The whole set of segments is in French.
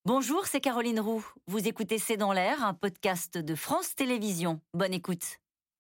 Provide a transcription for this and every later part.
Bonjour, c'est Caroline Roux. Vous écoutez C'est dans l'air, un podcast de France Télévisions. Bonne écoute.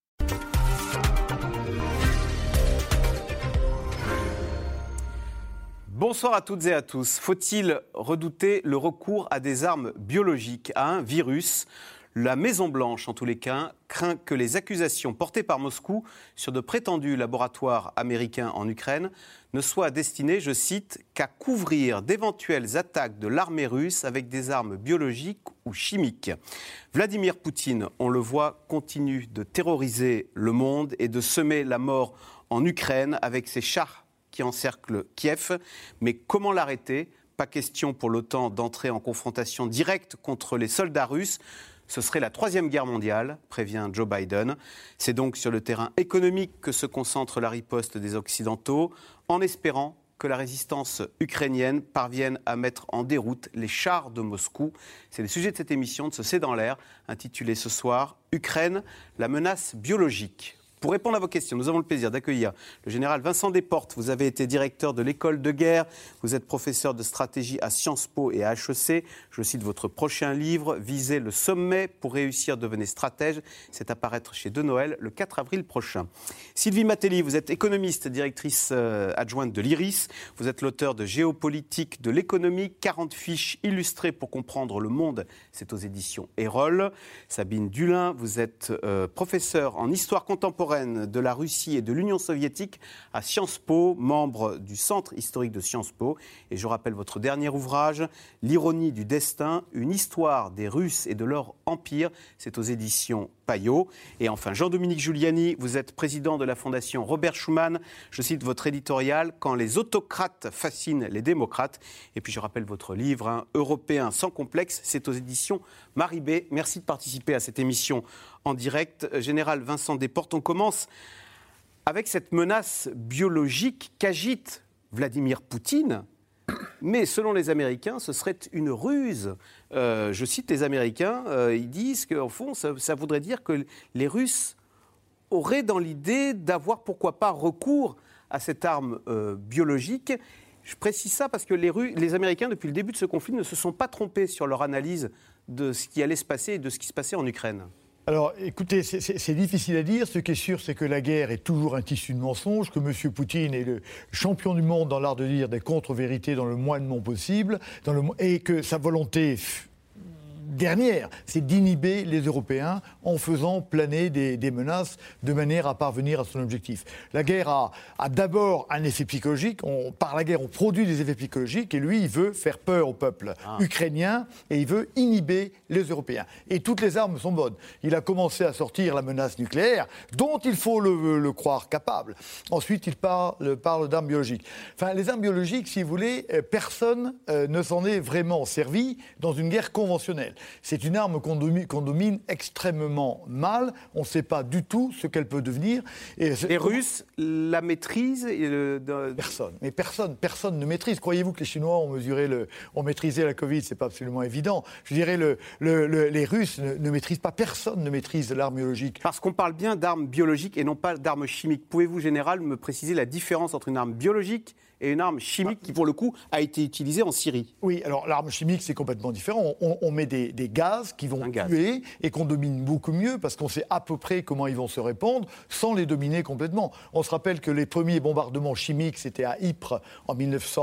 Bonsoir à toutes et à tous. Faut-il redouter le recours à des armes biologiques, à un virus ? La Maison-Blanche, en tous les cas, craint que les accusations portées par Moscou sur de prétendus laboratoires américains en Ukraine ne soient destinées, je cite, qu'à couvrir d'éventuelles attaques de l'armée russe avec des armes biologiques ou chimiques. Vladimir Poutine, on le voit, continue de terroriser le monde et de semer la mort en Ukraine avec ses chars qui encerclent Kiev. Mais comment l'arrêter ? Pas question pour l'OTAN d'entrer en confrontation directe contre les soldats russes. Ce serait la troisième guerre mondiale, prévient Joe Biden. C'est donc sur le terrain économique que se concentre la riposte des Occidentaux, en espérant que la résistance ukrainienne parvienne à mettre en déroute les chars de Moscou. C'est le sujet de cette émission de ce C'est dans l'air, intitulée ce soir « Ukraine, la menace biologique ». Pour répondre à vos questions, nous avons le plaisir d'accueillir le général Vincent Desportes. Vous avez été directeur de l'école de guerre, vous êtes professeur de stratégie à Sciences Po et à HEC. Je cite votre prochain livre, « Visez le sommet pour réussir, devenez stratège ». C'est à paraître chez De Noël le 4 avril prochain. Sylvie Matelli, vous êtes économiste, directrice adjointe de l'IRIS. Vous êtes l'auteur de Géopolitique de l'économie, 40 fiches illustrées pour comprendre le monde. C'est aux éditions Erol. Sabine Dulin, vous êtes professeure en histoire contemporaine de la Russie et de l'Union soviétique à Sciences Po, membre du Centre historique de Sciences Po. Et je rappelle votre dernier ouvrage, L'ironie du destin, une histoire des Russes et de leur empire. C'est aux éditions Payot. Et enfin, Jean-Dominique Giuliani, vous êtes président de la Fondation Robert Schuman. Je cite votre éditorial, « Quand les autocrates fascinent les démocrates ». Et puis je rappelle votre livre, Européen sans complexe. C'est aux éditions Maribé. Merci de participer à cette émission en direct. Général Vincent Desportes, on commence avec cette menace biologique qu'agite Vladimir Poutine. Mais selon les Américains, ce serait une ruse. Je cite les Américains, ils disent qu'en fond, ça voudrait dire que les Russes auraient dans l'idée d'avoir, pourquoi pas, recours à cette arme biologique. Je précise ça parce que les Américains, depuis le début de ce conflit, ne se sont pas trompés sur leur analyse de ce qui allait se passer et de ce qui se passait en Ukraine. Alors, écoutez, c'est difficile à dire. Ce qui est sûr, c'est que la guerre est toujours un tissu de mensonges, que M. Poutine est le champion du monde dans l'art de dire des contre-vérités dans le moindrement possible, et que sa volonté dernière, c'est d'inhiber les Européens en faisant planer des menaces de manière à parvenir à son objectif. La guerre a d'abord un effet psychologique. Par la guerre, on produit des effets psychologiques et lui, il veut faire peur au peuple ukrainien et il veut inhiber les Européens. Et toutes les armes sont bonnes. Il a commencé à sortir la menace nucléaire, dont il faut le croire capable. Ensuite, il parle d'armes biologiques. Enfin, les armes biologiques, si vous voulez, personne ne s'en est vraiment servi dans une guerre conventionnelle. C'est une arme qu'on domine extrêmement mal. On ne sait pas du tout ce qu'elle peut devenir. Et les Russes la maîtrisent Personne. Mais personne ne maîtrise. Croyez-vous que les Chinois ont maîtrisé la Covid ? C'est pas absolument évident. Je dirais les Russes ne maîtrisent pas. Personne ne maîtrise l'arme biologique. Parce qu'on parle bien d'armes biologiques et non pas d'armes chimiques. Pouvez-vous, général, me préciser la différence entre une arme biologique et une arme chimique qui, pour le coup, a été utilisée en Syrie? Oui, alors l'arme chimique, c'est complètement différent. On met des gaz qui vont tuer et qu'on domine beaucoup mieux parce qu'on sait à peu près comment ils vont se répandre sans les dominer complètement. On se rappelle que les premiers bombardements chimiques, c'était à Ypres en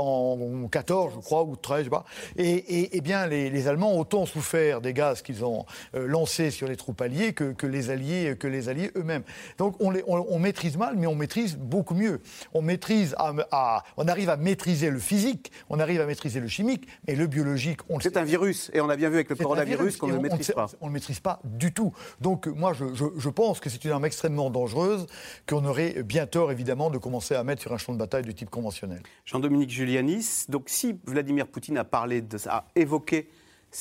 1914, je crois, ou 13, je sais pas. Et bien, les Allemands ont autant souffert des gaz qu'ils ont lancés sur les troupes alliées que les alliés eux-mêmes. Donc on maîtrise mal, mais on maîtrise beaucoup mieux. On arrive à maîtriser le physique, on arrive à maîtriser le chimique, mais le biologique, on le sait. C'est un virus, et on a bien vu avec le coronavirus qu'on ne le maîtrise pas. On ne le maîtrise pas du tout. Donc moi, je pense que c'est une arme extrêmement dangereuse, qu'on aurait bien tort, évidemment, de commencer à mettre sur un champ de bataille de type conventionnel. Jean-Dominique Giuliani, donc si Vladimir Poutine a parlé de ça, a évoqué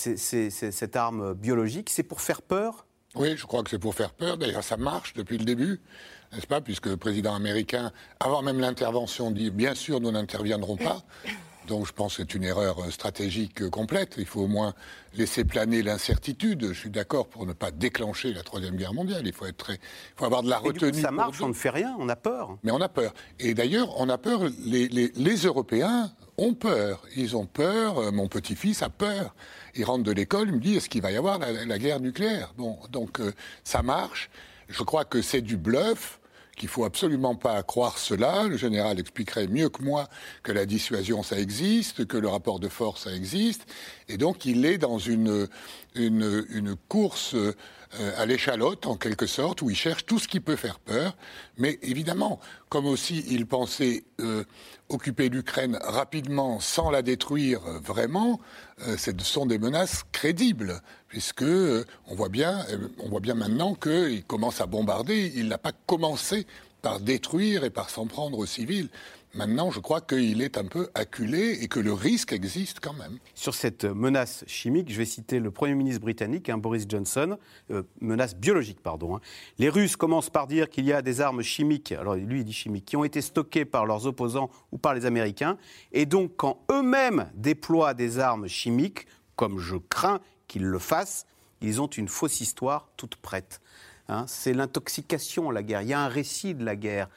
cette arme biologique, c'est pour faire peur ? Oui, je crois que c'est pour faire peur. D'ailleurs, ça marche depuis le début, n'est-ce pas ? Puisque le président américain, avant même l'intervention, dit « bien sûr, nous n'interviendrons pas ». Donc je pense que c'est une erreur stratégique complète. Il faut au moins laisser planer l'incertitude. Je suis d'accord pour ne pas déclencher la Troisième Guerre mondiale. Il faut avoir de la retenue. Ça marche, on ne fait rien, on a peur. Mais on a peur. Et d'ailleurs, on a peur, les Européens ont peur. Ils ont peur. Mon petit-fils a peur. Il rentre de l'école, il me dit, est-ce qu'il va y avoir la guerre nucléaire ? Bon, donc ça marche. Je crois que c'est du bluff, qu'il ne faut absolument pas croire cela. Le général expliquerait mieux que moi que la dissuasion, ça existe, que le rapport de force, ça existe. Et donc, il est dans une course à l'échalote, en quelque sorte, où il cherche tout ce qui peut faire peur. Mais évidemment, comme aussi il pensait occuper l'Ukraine rapidement, sans la détruire vraiment, ce sont des menaces crédibles, puisque on voit bien maintenant qu'il commence à bombarder. Il n'a pas commencé par détruire et par s'en prendre aux civils. Maintenant, je crois qu'il est un peu acculé et que le risque existe quand même. Sur cette menace chimique, je vais citer le Premier ministre britannique, Boris Johnson, menace biologique, pardon. Les Russes commencent par dire qu'il y a des armes chimiques, alors lui il dit chimiques, qui ont été stockées par leurs opposants ou par les Américains, et donc quand eux-mêmes déploient des armes chimiques, comme je crains qu'ils le fassent, ils ont une fausse histoire toute prête. C'est l'intoxication, la guerre. Il y a un récit de la guerre.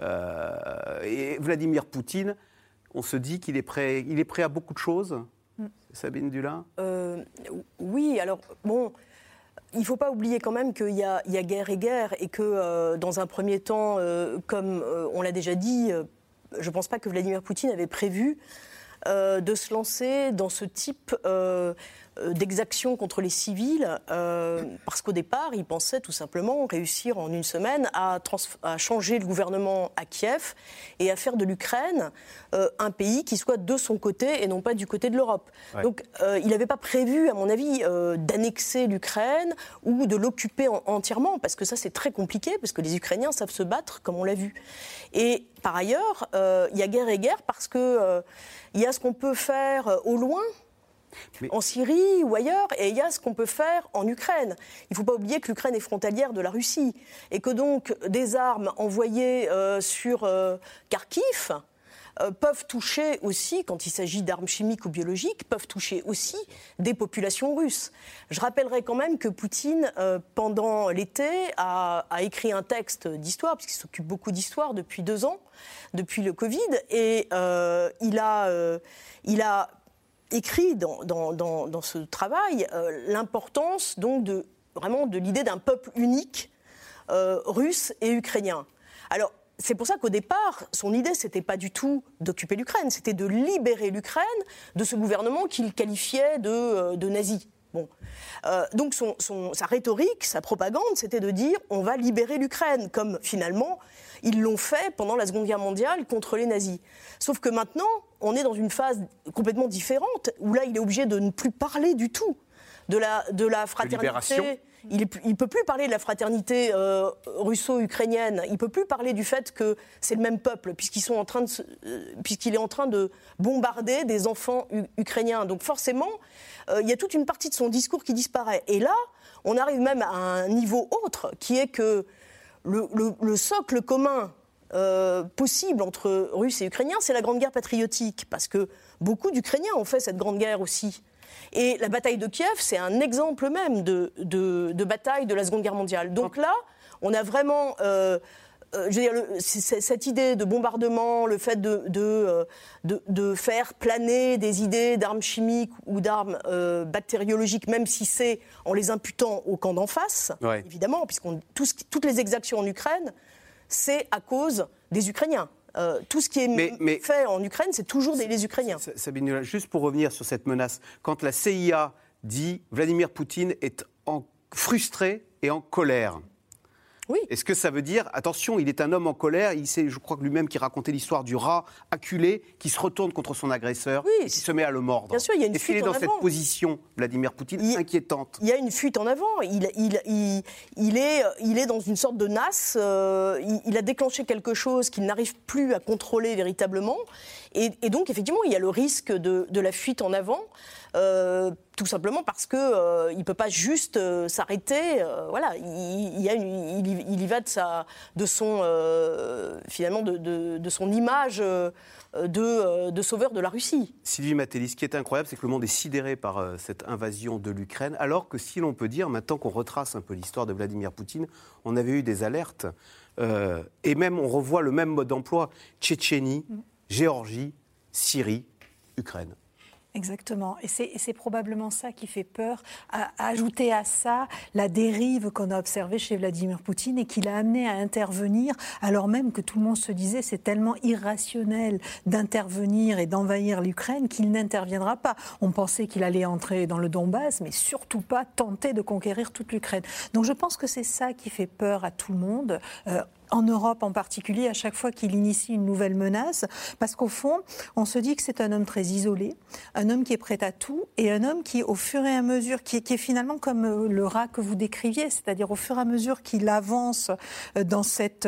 Et Vladimir Poutine, on se dit qu'il est prêt à beaucoup de choses. Sabine Dulin ? Oui, alors bon, il ne faut pas oublier quand même qu'il y a guerre et guerre, et que dans un premier temps, comme on l'a déjà dit, je ne pense pas que Vladimir Poutine avait prévu de se lancer dans ce type d'exaction contre les civils, parce qu'au départ, il pensait tout simplement réussir en une semaine à changer le gouvernement à Kiev et à faire de l'Ukraine un pays qui soit de son côté et non pas du côté de l'Europe. Ouais. Donc il n'avait pas prévu, à mon avis, d'annexer l'Ukraine ou de l'occuper entièrement, parce que ça c'est très compliqué, parce que les Ukrainiens savent se battre, comme on l'a vu. Et par ailleurs, il y a guerre et guerre, parce que il y a ce qu'on peut faire au loin, en Syrie ou ailleurs, et il y a ce qu'on peut faire en Ukraine. Il ne faut pas oublier que l'Ukraine est frontalière de la Russie, et que donc des armes envoyées sur Kharkiv peuvent toucher aussi, quand il s'agit d'armes chimiques ou biologiques, peuvent toucher aussi des populations russes. Je rappellerai quand même que Poutine, pendant l'été, a écrit un texte d'histoire, puisqu'il s'occupe beaucoup d'histoire depuis 2 ans, depuis le Covid, et il a écrit dans ce travail l'importance donc vraiment de l'idée d'un peuple unique russe et ukrainien. Alors c'est pour ça qu'au départ, son idée, c'était pas du tout d'occuper l'Ukraine, c'était de libérer l'Ukraine de ce gouvernement qu'il qualifiait de nazi. Bon. Donc sa rhétorique, sa propagande, c'était de dire on va libérer l'Ukraine, comme finalement ils l'ont fait pendant la Seconde Guerre mondiale contre les nazis. Sauf que maintenant, on est dans une phase complètement différente, où là, il est obligé de ne plus parler du tout de la fraternité. Il ne peut plus parler de la fraternité russo-ukrainienne. Il ne peut plus parler du fait que c'est le même peuple, puisqu'il est en train de bombarder des enfants ukrainiens. Donc forcément, il y a toute une partie de son discours qui disparaît. Et là, on arrive même à un niveau autre, qui est que le socle commun possible entre Russes et Ukrainiens, c'est la Grande Guerre patriotique, parce que beaucoup d'Ukrainiens ont fait cette Grande Guerre aussi. Et la bataille de Kiev, c'est un exemple même de bataille de la Seconde Guerre mondiale. Donc là, on a vraiment cette idée de bombardement, le fait de faire planer des idées d'armes chimiques ou d'armes bactériologiques, même si c'est en les imputant au camp d'en face, ouais. Évidemment, toutes les exactions en Ukraine, c'est à cause des Ukrainiens. Tout ce qui est fait en Ukraine, c'est toujours les Ukrainiens. Sabine, juste pour revenir sur cette menace, quand la CIA dit Vladimir Poutine est frustré et en colère, oui. Est-ce que ça veut dire, attention, il est un homme en colère, je crois que lui-même qui racontait l'histoire du rat acculé, qui se retourne contre son agresseur, oui, et qui se met à le mordre. Bien sûr, il y a une fuite en avant. Est-ce qu'il est dans cette position, Vladimir Poutine, inquiétante ? Il y a une fuite en avant. Il est dans une sorte de nasse. Il a déclenché quelque chose qu'il n'arrive plus à contrôler véritablement. Et donc, effectivement, il y a le risque de la fuite en avant. Tout simplement parce qu'il ne peut pas juste s'arrêter. Voilà, il y va de son image de sauveur de la Russie. Sylvie Matelli, ce qui est incroyable, c'est que le monde est sidéré par cette invasion de l'Ukraine, alors que si l'on peut dire, maintenant qu'on retrace un peu l'histoire de Vladimir Poutine, on avait eu des alertes, et même on revoit le même mode d'emploi, Tchétchénie, Géorgie, Syrie. Ukraine. Exactement. Et c'est probablement ça qui fait peur. Ajouter à ça la dérive qu'on a observée chez Vladimir Poutine et qui l'a amené à intervenir, alors même que tout le monde se disait c'est tellement irrationnel d'intervenir et d'envahir l'Ukraine qu'il n'interviendra pas. On pensait qu'il allait entrer dans le Donbass, mais surtout pas tenter de conquérir toute l'Ukraine. Donc je pense que c'est ça qui fait peur à tout le monde. En Europe en particulier, à chaque fois qu'il initie une nouvelle menace, parce qu'au fond, on se dit que c'est un homme très isolé, un homme qui est prêt à tout, et un homme qui, au fur et à mesure, qui est finalement comme le rat que vous décriviez, c'est-à-dire au fur et à mesure qu'il avance dans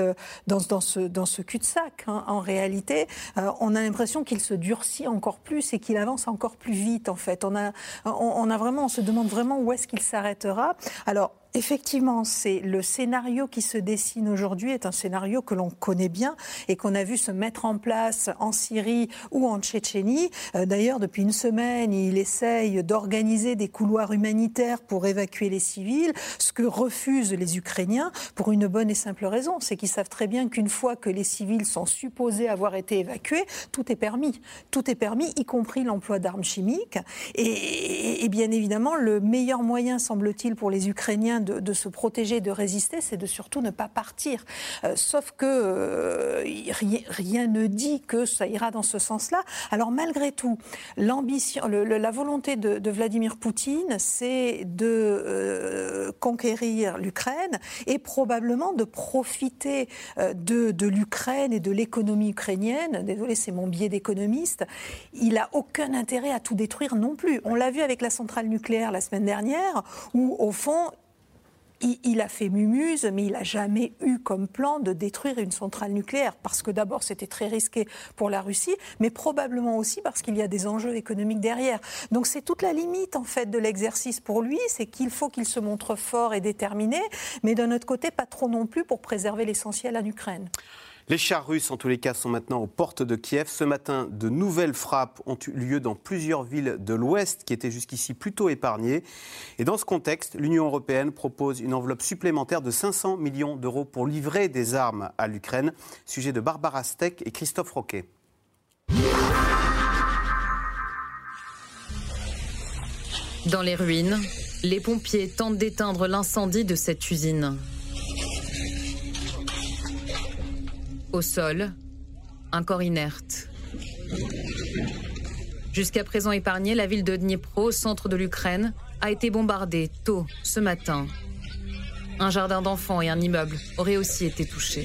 ce cul-de-sac, hein, en réalité, on a l'impression qu'il se durcit encore plus et qu'il avance encore plus vite, en fait. On se demande vraiment où est-ce qu'il s'arrêtera. Alors, effectivement, c'est le scénario qui se dessine aujourd'hui est un scénario que l'on connaît bien et qu'on a vu se mettre en place en Syrie ou en Tchétchénie. D'ailleurs, depuis une semaine, il essaye d'organiser des couloirs humanitaires pour évacuer les civils, ce que refusent les Ukrainiens pour une bonne et simple raison, c'est qu'ils savent très bien qu'une fois que les civils sont supposés avoir été évacués, tout est permis. Tout est permis, y compris l'emploi d'armes chimiques. Et bien évidemment, le meilleur moyen, semble-t-il, pour les Ukrainiens de se protéger, de résister, c'est de surtout ne pas partir. Sauf que rien ne dit que ça ira dans ce sens-là. Alors malgré tout, l'ambition, la volonté de Vladimir Poutine, c'est de conquérir l'Ukraine et probablement de profiter de l'Ukraine et de l'économie ukrainienne. Désolé, c'est mon biais d'économiste. Il n'a aucun intérêt à tout détruire non plus. On l'a vu avec la centrale nucléaire la semaine dernière, où au fond, il a fait mumuse, mais il n'a jamais eu comme plan de détruire une centrale nucléaire. Parce que d'abord, c'était très risqué pour la Russie, mais probablement aussi parce qu'il y a des enjeux économiques derrière. Donc c'est toute la limite, en fait, de l'exercice pour lui, c'est qu'il faut qu'il se montre fort et déterminé, mais d'un autre côté, pas trop non plus pour préserver l'essentiel en Ukraine. Les chars russes, en tous les cas, sont maintenant aux portes de Kiev. Ce matin, de nouvelles frappes ont eu lieu dans plusieurs villes de l'Ouest qui étaient jusqu'ici plutôt épargnées. Et dans ce contexte, l'Union européenne propose une enveloppe supplémentaire de 500 millions d'euros pour livrer des armes à l'Ukraine. Sujet de Barbara Steck et Christophe Roquet. Dans les ruines, les pompiers tentent d'éteindre l'incendie de cette usine. Au sol, un corps inerte. Jusqu'à présent épargnée, la ville de Dnipro, au centre de l'Ukraine, a été bombardée tôt ce matin. Un jardin d'enfants et un immeuble auraient aussi été touchés.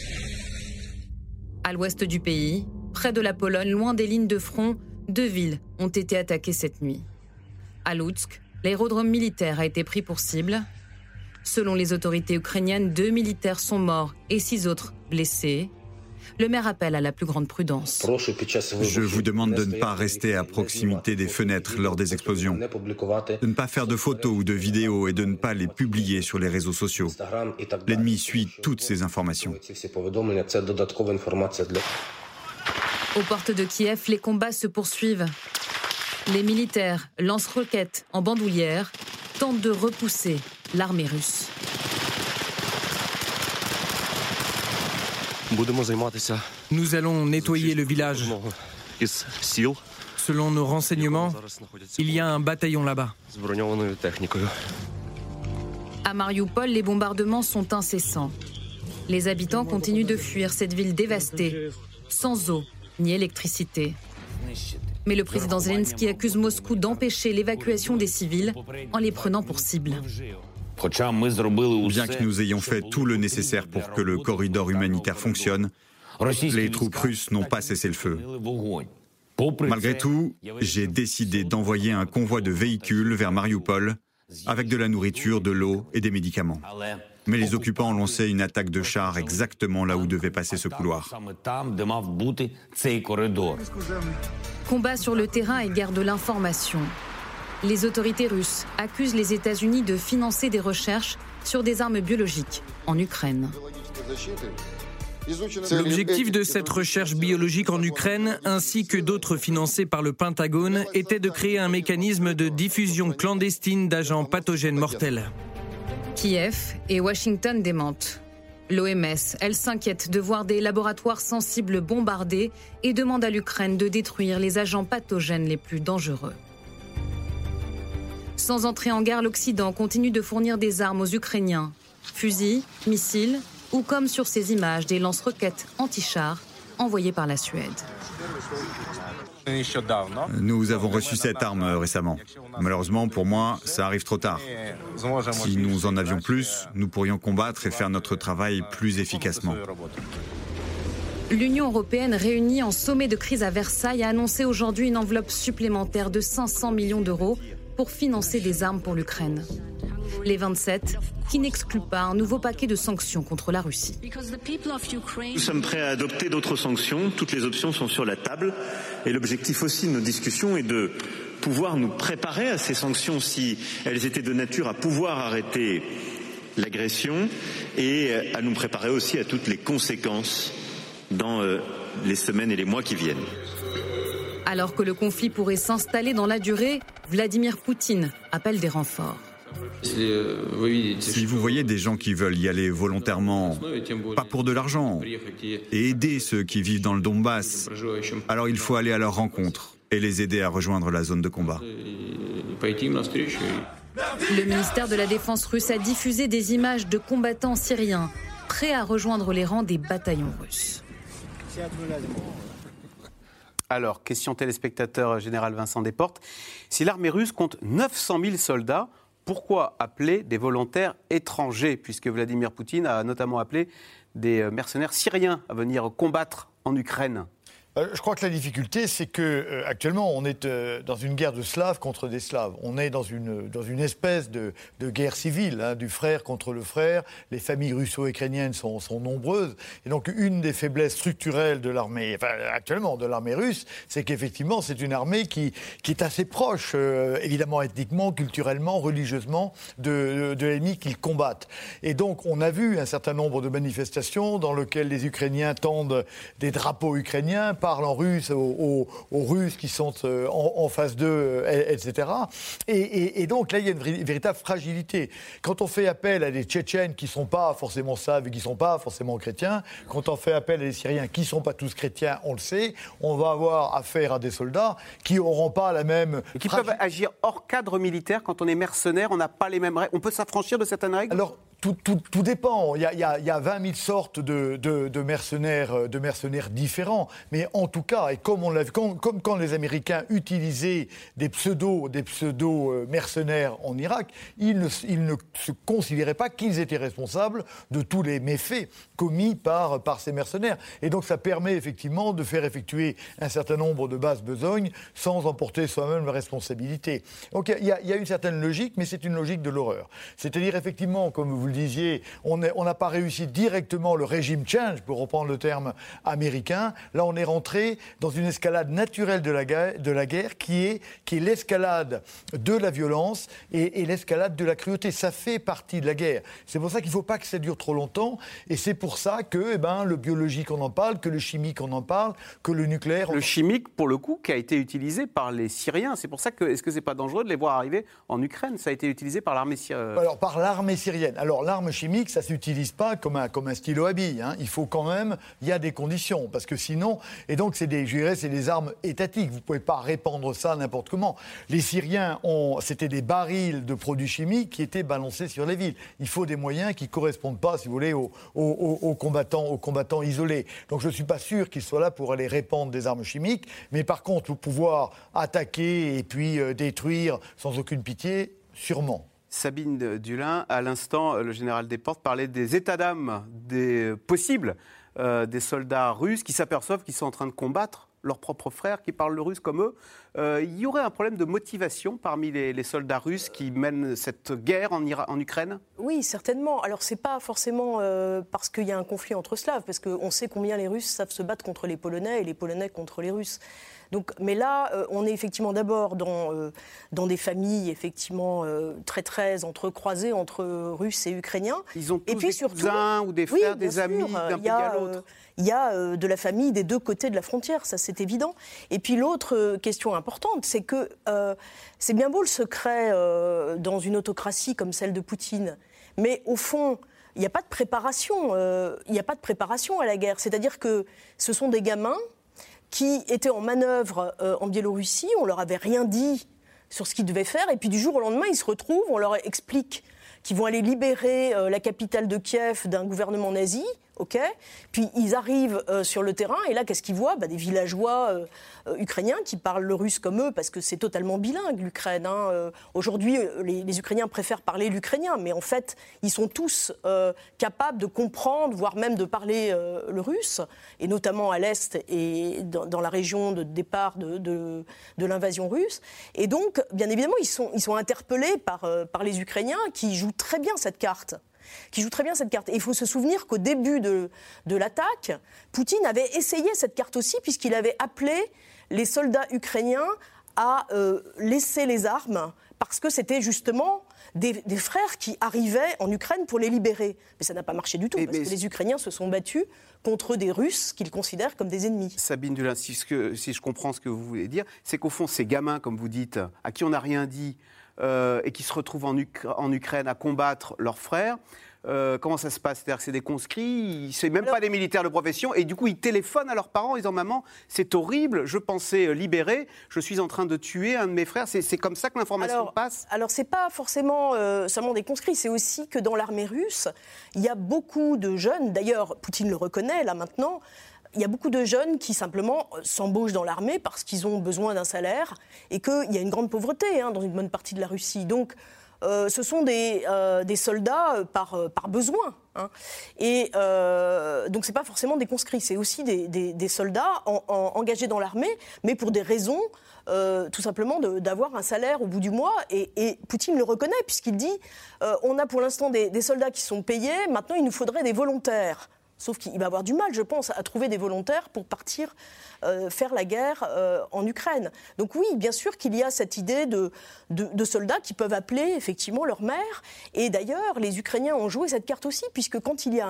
À l'ouest du pays, près de la Pologne, loin des lignes de front, 2 villes ont été attaquées cette nuit. À Lutsk, l'aérodrome militaire a été pris pour cible. Selon les autorités ukrainiennes, 2 militaires sont morts et 6 autres blessés. Le maire appelle à la plus grande prudence. Je vous demande de ne pas rester à proximité des fenêtres lors des explosions, de ne pas faire de photos ou de vidéos et de ne pas les publier sur les réseaux sociaux. L'ennemi suit toutes ces informations. Aux portes de Kiev, les combats se poursuivent. Les militaires, lance-roquettes en bandoulière, tentent de repousser l'armée russe. Nous allons nettoyer le village. Selon nos renseignements, il y a un bataillon là-bas. À Mariupol, les bombardements sont incessants. Les habitants continuent de fuir cette ville dévastée, sans eau ni électricité. Mais le président Zelensky accuse Moscou d'empêcher l'évacuation des civils en les prenant pour cible. Bien que nous ayons fait tout le nécessaire pour que le corridor humanitaire fonctionne, les troupes russes n'ont pas cessé le feu. Malgré tout, j'ai décidé d'envoyer un convoi de véhicules vers Mariupol avec de la nourriture, de l'eau et des médicaments. Mais les occupants ont lancé une attaque de chars exactement là où devait passer ce couloir. Combat sur le terrain et guerre de l'information. Les autorités russes accusent les États-Unis de financer des recherches sur des armes biologiques en Ukraine. L'objectif de cette recherche biologique en Ukraine, ainsi que d'autres financées par le Pentagone, était de créer un mécanisme de diffusion clandestine d'agents pathogènes mortels. Kiev et Washington démentent. L'OMS, elle s'inquiète de voir des laboratoires sensibles bombardés et demande à l'Ukraine de détruire les agents pathogènes les plus dangereux. Sans entrer en guerre, l'Occident continue de fournir des armes aux Ukrainiens. Fusils, missiles ou comme sur ces images, des lance-roquettes anti-chars envoyées par la Suède. Nous avons reçu cette arme récemment. Malheureusement, pour moi, ça arrive trop tard. Si nous en avions plus, nous pourrions combattre et faire notre travail plus efficacement. L'Union européenne, réunie en sommet de crise à Versailles, a annoncé aujourd'hui une enveloppe supplémentaire de 500 millions d'euros pour financer des armes pour l'Ukraine. Les 27, qui n'excluent pas un nouveau paquet de sanctions contre la Russie. Nous sommes prêts à adopter d'autres sanctions. Toutes les options sont sur la table. Et l'objectif aussi de nos discussions est de pouvoir nous préparer à ces sanctions si elles étaient de nature à pouvoir arrêter l'agression et à nous préparer aussi à toutes les conséquences dans les semaines et les mois qui viennent. Alors que le conflit pourrait s'installer dans la durée, Vladimir Poutine appelle des renforts. Si vous voyez des gens qui veulent y aller volontairement, pas pour de l'argent, et aider ceux qui vivent dans le Donbass, alors il faut aller à leur rencontre et les aider à rejoindre la zone de combat. Le ministère de la Défense russe a diffusé des images de combattants syriens prêts à rejoindre les rangs des bataillons russes. Alors, question téléspectateur général Vincent Desportes. Si l'armée russe compte 900 000 soldats, pourquoi appeler des volontaires étrangers, puisque Vladimir Poutine a notamment appelé des mercenaires syriens à venir combattre en Ukraine ? Je crois que la difficulté, c'est que actuellement, on est dans une guerre de Slaves contre des Slaves. On est dans une espèce de guerre civile, hein, du frère contre le frère. Les familles russo-ukrainiennes sont nombreuses. Et donc, une des faiblesses structurelles de l'armée, enfin, actuellement, de l'armée russe, c'est qu'effectivement, c'est une armée qui est assez proche, évidemment, ethniquement, culturellement, religieusement, de l'ennemi qu'ils combattent. Et donc, on a vu un certain nombre de manifestations dans lesquelles les Ukrainiens tendent des drapeaux ukrainiens, parlent en russe aux Russes qui sont en face d'eux, etc. Et donc là, il y a une véritable fragilité. Quand on fait appel à des Tchétchènes qui ne sont pas forcément slaves et qui ne sont pas forcément chrétiens, quand on fait appel à des Syriens qui ne sont pas tous chrétiens, on le sait, on va avoir affaire à des soldats qui n'auront pas la même... Et qui peuvent agir hors cadre militaire. Quand on est mercenaire, on n'a pas les mêmes règles. On peut s'affranchir de certaines règles ? Alors, tout dépend. Il y a 20 000 sortes de mercenaires différents. Mais en tout cas, et comme quand les Américains utilisaient des pseudo-mercenaires en Irak, ils ne se considéraient pas qu'ils étaient responsables de tous les méfaits commis par ces mercenaires. Et donc ça permet effectivement de faire effectuer un certain nombre de basses besognes sans en porter soi-même la responsabilité. Donc il y a une certaine logique, mais c'est une logique de l'horreur. C'est-à-dire effectivement, comme vous le disiez, on n'a pas réussi directement le régime change, pour reprendre le terme américain. Là, on est rentré dans une escalade naturelle de la guerre qui est l'escalade de la violence et l'escalade de la cruauté. Ça fait partie de la guerre. C'est pour ça qu'il ne faut pas que ça dure trop longtemps. Et c'est pour ça que le biologique, on en parle, que le chimique, on en parle, que le nucléaire... Le chimique, pour le coup, qui a été utilisé par les Syriens. C'est pour ça que... Est-ce que ce n'est pas dangereux de les voir arriver en Ukraine ? Ça a été utilisé par l'armée syrienne. Alors, par l'armée syrienne. Alors, l'arme chimique, ça ne s'utilise pas comme un stylo à billes. Hein. Il faut quand même... Il y a des conditions. Parce que sinon... Et donc, c'est des armes étatiques. Vous ne pouvez pas répandre ça n'importe comment. Les Syriens, c'était des barils de produits chimiques qui étaient balancés sur les villes. Il faut des moyens qui ne correspondent pas, si vous voulez, aux combattants isolés. Donc, je ne suis pas sûr qu'ils soient là pour aller répandre des armes chimiques. Mais par contre, pour pouvoir attaquer et puis détruire sans aucune pitié, sûrement. Sabine Dulin, à l'instant, le général Desportes parlait des états d'âme possibles des soldats russes qui s'aperçoivent qu'ils sont en train de combattre leurs propres frères qui parlent le russe comme eux. Il y aurait un problème de motivation parmi les soldats russes qui mènent cette guerre en Ukraine ? Oui, certainement. Alors, ce n'est pas forcément parce qu'il y a un conflit entre Slaves, parce qu'on sait combien les Russes savent se battre contre les Polonais et les Polonais contre les Russes. Donc, mais là, on est effectivement d'abord dans des familles effectivement très entrecroisées entre Russes et Ukrainiens. Ils ont tous des cousins ou des frères, des amis d'un pays à l'autre. Il y a de la famille des deux côtés de la frontière, ça c'est évident. Et puis l'autre question importante, c'est que c'est bien beau le secret dans une autocratie comme celle de Poutine, mais au fond, il n'y a pas de préparation. Il n'y a pas de préparation à la guerre. C'est-à-dire que ce sont des gamins qui étaient en manœuvre en Biélorussie. On leur avait rien dit sur ce qu'ils devaient faire. Et puis du jour au lendemain, ils se retrouvent. On leur explique qu'ils vont aller libérer la capitale de Kiev d'un gouvernement nazi. Puis ils arrivent sur le terrain et là, qu'est-ce qu'ils voient ? Des villageois ukrainiens qui parlent le russe comme eux parce que c'est totalement bilingue l'Ukraine. Aujourd'hui, les Ukrainiens préfèrent parler l'ukrainien, mais en fait, ils sont tous capables de comprendre, voire même de parler le russe, et notamment à l'Est et dans la région de départ de l'invasion russe. Et donc, bien évidemment, ils sont interpellés par les Ukrainiens qui jouent très bien cette carte. Et il faut se souvenir qu'au début de l'attaque, Poutine avait essayé cette carte aussi, puisqu'il avait appelé les soldats ukrainiens à laisser les armes, parce que c'était justement des frères qui arrivaient en Ukraine pour les libérer. Mais ça n'a pas marché du tout, parce que les Ukrainiens se sont battus contre des Russes qu'ils considèrent comme des ennemis. Sabine Dulin, si je comprends ce que vous voulez dire, c'est qu'au fond, ces gamins, comme vous dites, à qui on n'a rien dit, et qui se retrouvent en Ukraine à combattre leurs frères. Comment ça se passe ? C'est-à-dire que c'est des conscrits, c'est même pas des militaires de profession, et du coup ils téléphonent à leurs parents en disant « Maman, c'est horrible, je pensais libérer, je suis en train de tuer un de mes frères ». C'est comme ça que l'information passe ? Alors c'est pas forcément seulement des conscrits, c'est aussi que dans l'armée russe, il y a beaucoup de jeunes, d'ailleurs Poutine le reconnaît là maintenant, il y a beaucoup de jeunes qui simplement s'embauchent dans l'armée parce qu'ils ont besoin d'un salaire et qu'il y a une grande pauvreté dans une bonne partie de la Russie. Donc, ce sont des soldats par besoin. Et donc, ce n'est pas forcément des conscrits, c'est aussi des soldats engagés dans l'armée, mais pour des raisons tout simplement d'avoir un salaire au bout du mois. Et Poutine le reconnaît, puisqu'il dit on a pour l'instant des soldats qui sont payés, maintenant il nous faudrait des volontaires. Sauf qu'il va avoir du mal, je pense, à trouver des volontaires pour partir faire la guerre en Ukraine. Donc oui, bien sûr qu'il y a cette idée de soldats qui peuvent appeler effectivement leur mère. Et d'ailleurs, les Ukrainiens ont joué cette carte aussi, puisque quand il y a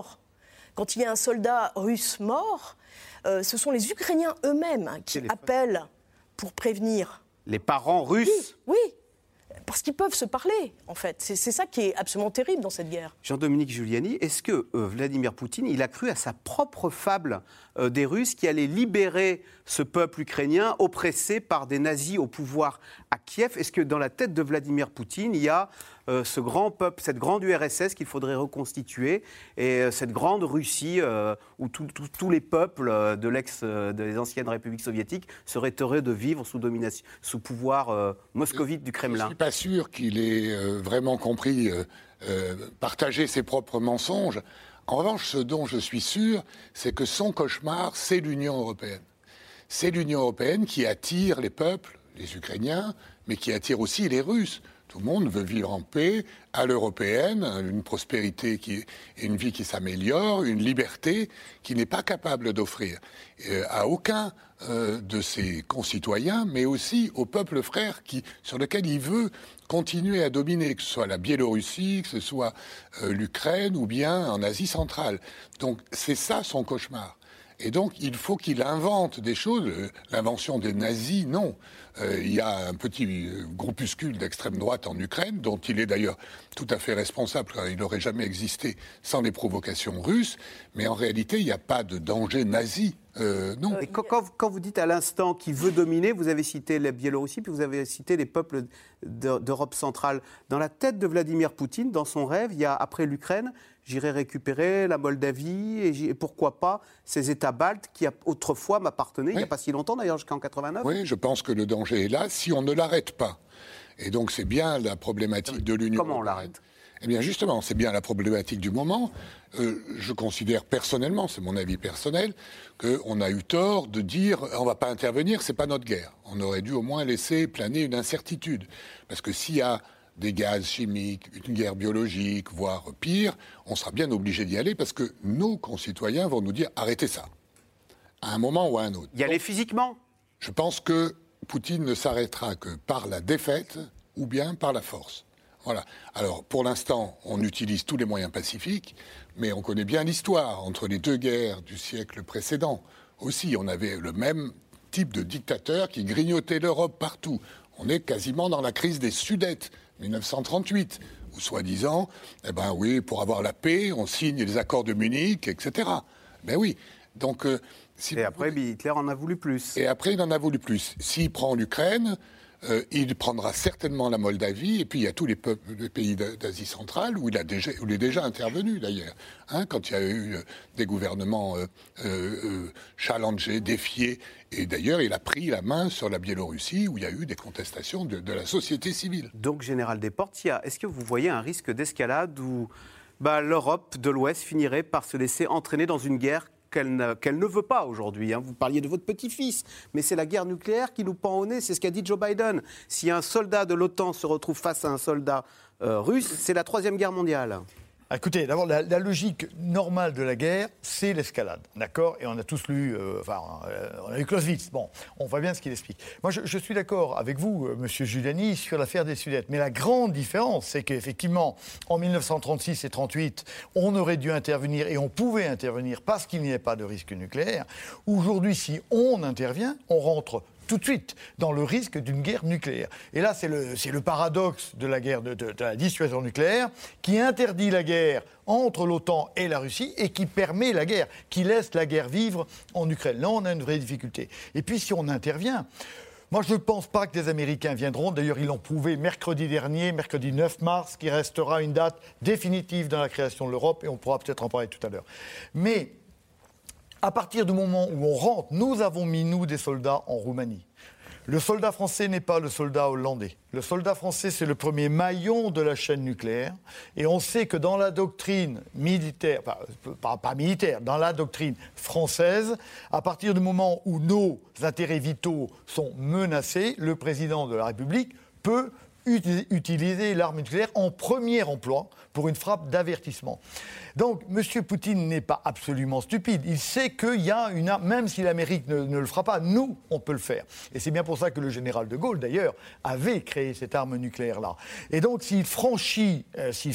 un soldat russe mort, ce sont les Ukrainiens eux-mêmes qui appellent pour prévenir. Les parents russes ? Oui. Parce qu'ils peuvent se parler, en fait. C'est ça qui est absolument terrible dans cette guerre. Jean-Dominique Giuliani, est-ce que Vladimir Poutine, il a cru à sa propre fable des Russes qui allaient libérer ce peuple ukrainien oppressé par des nazis au pouvoir à Kiev ? Est-ce que dans la tête de Vladimir Poutine, il y a ce grand peuple, cette grande URSS qu'il faudrait reconstituer, et cette grande Russie où tous les peuples des anciennes républiques soviétiques seraient heureux de vivre sous pouvoir moscovite du Kremlin ? Je ne suis pas sûr qu'il ait vraiment compris partager ses propres mensonges. En revanche, ce dont je suis sûr, c'est que son cauchemar, c'est l'Union européenne. C'est l'Union européenne qui attire les peuples, les Ukrainiens, mais qui attire aussi les Russes. Tout le monde veut vivre en paix, à l'européenne, une prospérité et une vie qui s'améliore, une liberté qu'il n'est pas capable d'offrir à aucun de ses concitoyens, mais aussi au peuple frère sur lequel il veut continuer à dominer, que ce soit la Biélorussie, que ce soit l'Ukraine ou bien en Asie centrale. Donc c'est ça son cauchemar. Et donc, il faut qu'il invente des choses. L'invention des nazis, non. Il y a un petit groupuscule d'extrême droite en Ukraine, dont il est d'ailleurs tout à fait responsable, car il n'aurait jamais existé sans les provocations russes. Mais en réalité, il n'y a pas de danger nazi. Non. Et quand vous dites à l'instant qu'il veut dominer, vous avez cité la Biélorussie, puis vous avez cité les peuples d'Europe centrale. Dans la tête de Vladimir Poutine, dans son rêve, il y a, après l'Ukraine, j'irai récupérer la Moldavie et pourquoi pas ces États baltes qui autrefois m'appartenaient, il n'y a pas si longtemps d'ailleurs, jusqu'en 89. Oui, je pense que le danger est là si on ne l'arrête pas. Et donc c'est bien la problématique de l'Union. Comment on l'arrête ? Eh bien justement, c'est bien la problématique du moment. Je considère personnellement, c'est mon avis personnel, qu'on a eu tort de dire on ne va pas intervenir, c'est pas notre guerre. On aurait dû au moins laisser planer une incertitude. Parce que s'il y a des gaz chimiques, une guerre biologique, voire pire, on sera bien obligé d'y aller parce que nos concitoyens vont nous dire arrêtez ça, à un moment ou à un autre. Y aller physiquement ? Je pense que Poutine ne s'arrêtera que par la défaite ou bien par la force. Voilà. Alors, pour l'instant, on utilise tous les moyens pacifiques, mais on connaît bien l'histoire entre les deux guerres du siècle précédent. Aussi, on avait le même type de dictateur qui grignotait l'Europe partout. On est quasiment dans la crise des Sudètes, 1938, où soi-disant, oui, pour avoir la paix, on signe les accords de Munich, etc. Ben oui. Donc, et après, Hitler en a voulu plus. Et après, il en a voulu plus. S'il prend l'Ukraine, il prendra certainement la Moldavie, et puis il y a tous les pays d'Asie centrale où il est déjà intervenu d'ailleurs. Quand il y a eu des gouvernements challengés, défiés, et d'ailleurs il a pris la main sur la Biélorussie où il y a eu des contestations de la société civile. Donc, Général Desportes, est-ce que vous voyez un risque d'escalade où l'Europe de l'Ouest finirait par se laisser entraîner dans une guerre qu'elle ne veut pas aujourd'hui. Vous parliez de votre petit-fils, mais c'est la guerre nucléaire qui nous pend au nez, c'est ce qu'a dit Joe Biden. Si un soldat de l'OTAN se retrouve face à un soldat russe, c'est la Troisième Guerre mondiale. Écoutez, d'abord, la logique normale de la guerre, c'est l'escalade, d'accord ? Et on a tous lu, on a lu Clausewitz. Bon, on voit bien ce qu'il explique. Moi, je suis d'accord avec vous, Monsieur Giuliani, sur l'affaire des Sudètes. Mais la grande différence, c'est qu'effectivement, en 1936 et 1938, on aurait dû intervenir et on pouvait intervenir parce qu'il n'y avait pas de risque nucléaire. Aujourd'hui, si on intervient, on rentre tout de suite dans le risque d'une guerre nucléaire. Et là, c'est le paradoxe de la guerre de la dissuasion nucléaire qui interdit la guerre entre l'OTAN et la Russie et qui permet la guerre, qui laisse la guerre vivre en Ukraine. Là, on a une vraie difficulté. Et puis, si on intervient... Moi, je ne pense pas que les Américains viendront. D'ailleurs, ils l'ont prouvé mercredi dernier, mercredi 9 mars, qui restera une date définitive dans la création de l'Europe, et on pourra peut-être en parler tout à l'heure. Mais... à partir du moment où on rentre, nous avons mis, des soldats en Roumanie. Le soldat français n'est pas le soldat hollandais. Le soldat français, c'est le premier maillon de la chaîne nucléaire. Et on sait que dans la doctrine militaire, pas militaire, dans la doctrine française, à partir du moment où nos intérêts vitaux sont menacés, le président de la République peut utiliser l'arme nucléaire en premier emploi pour une frappe d'avertissement. Donc, M. Poutine n'est pas absolument stupide. Il sait qu'il y a une arme, même si l'Amérique ne le fera pas, nous, on peut le faire. Et c'est bien pour ça que le général de Gaulle, d'ailleurs, avait créé cette arme nucléaire-là. Et donc, s'il franchit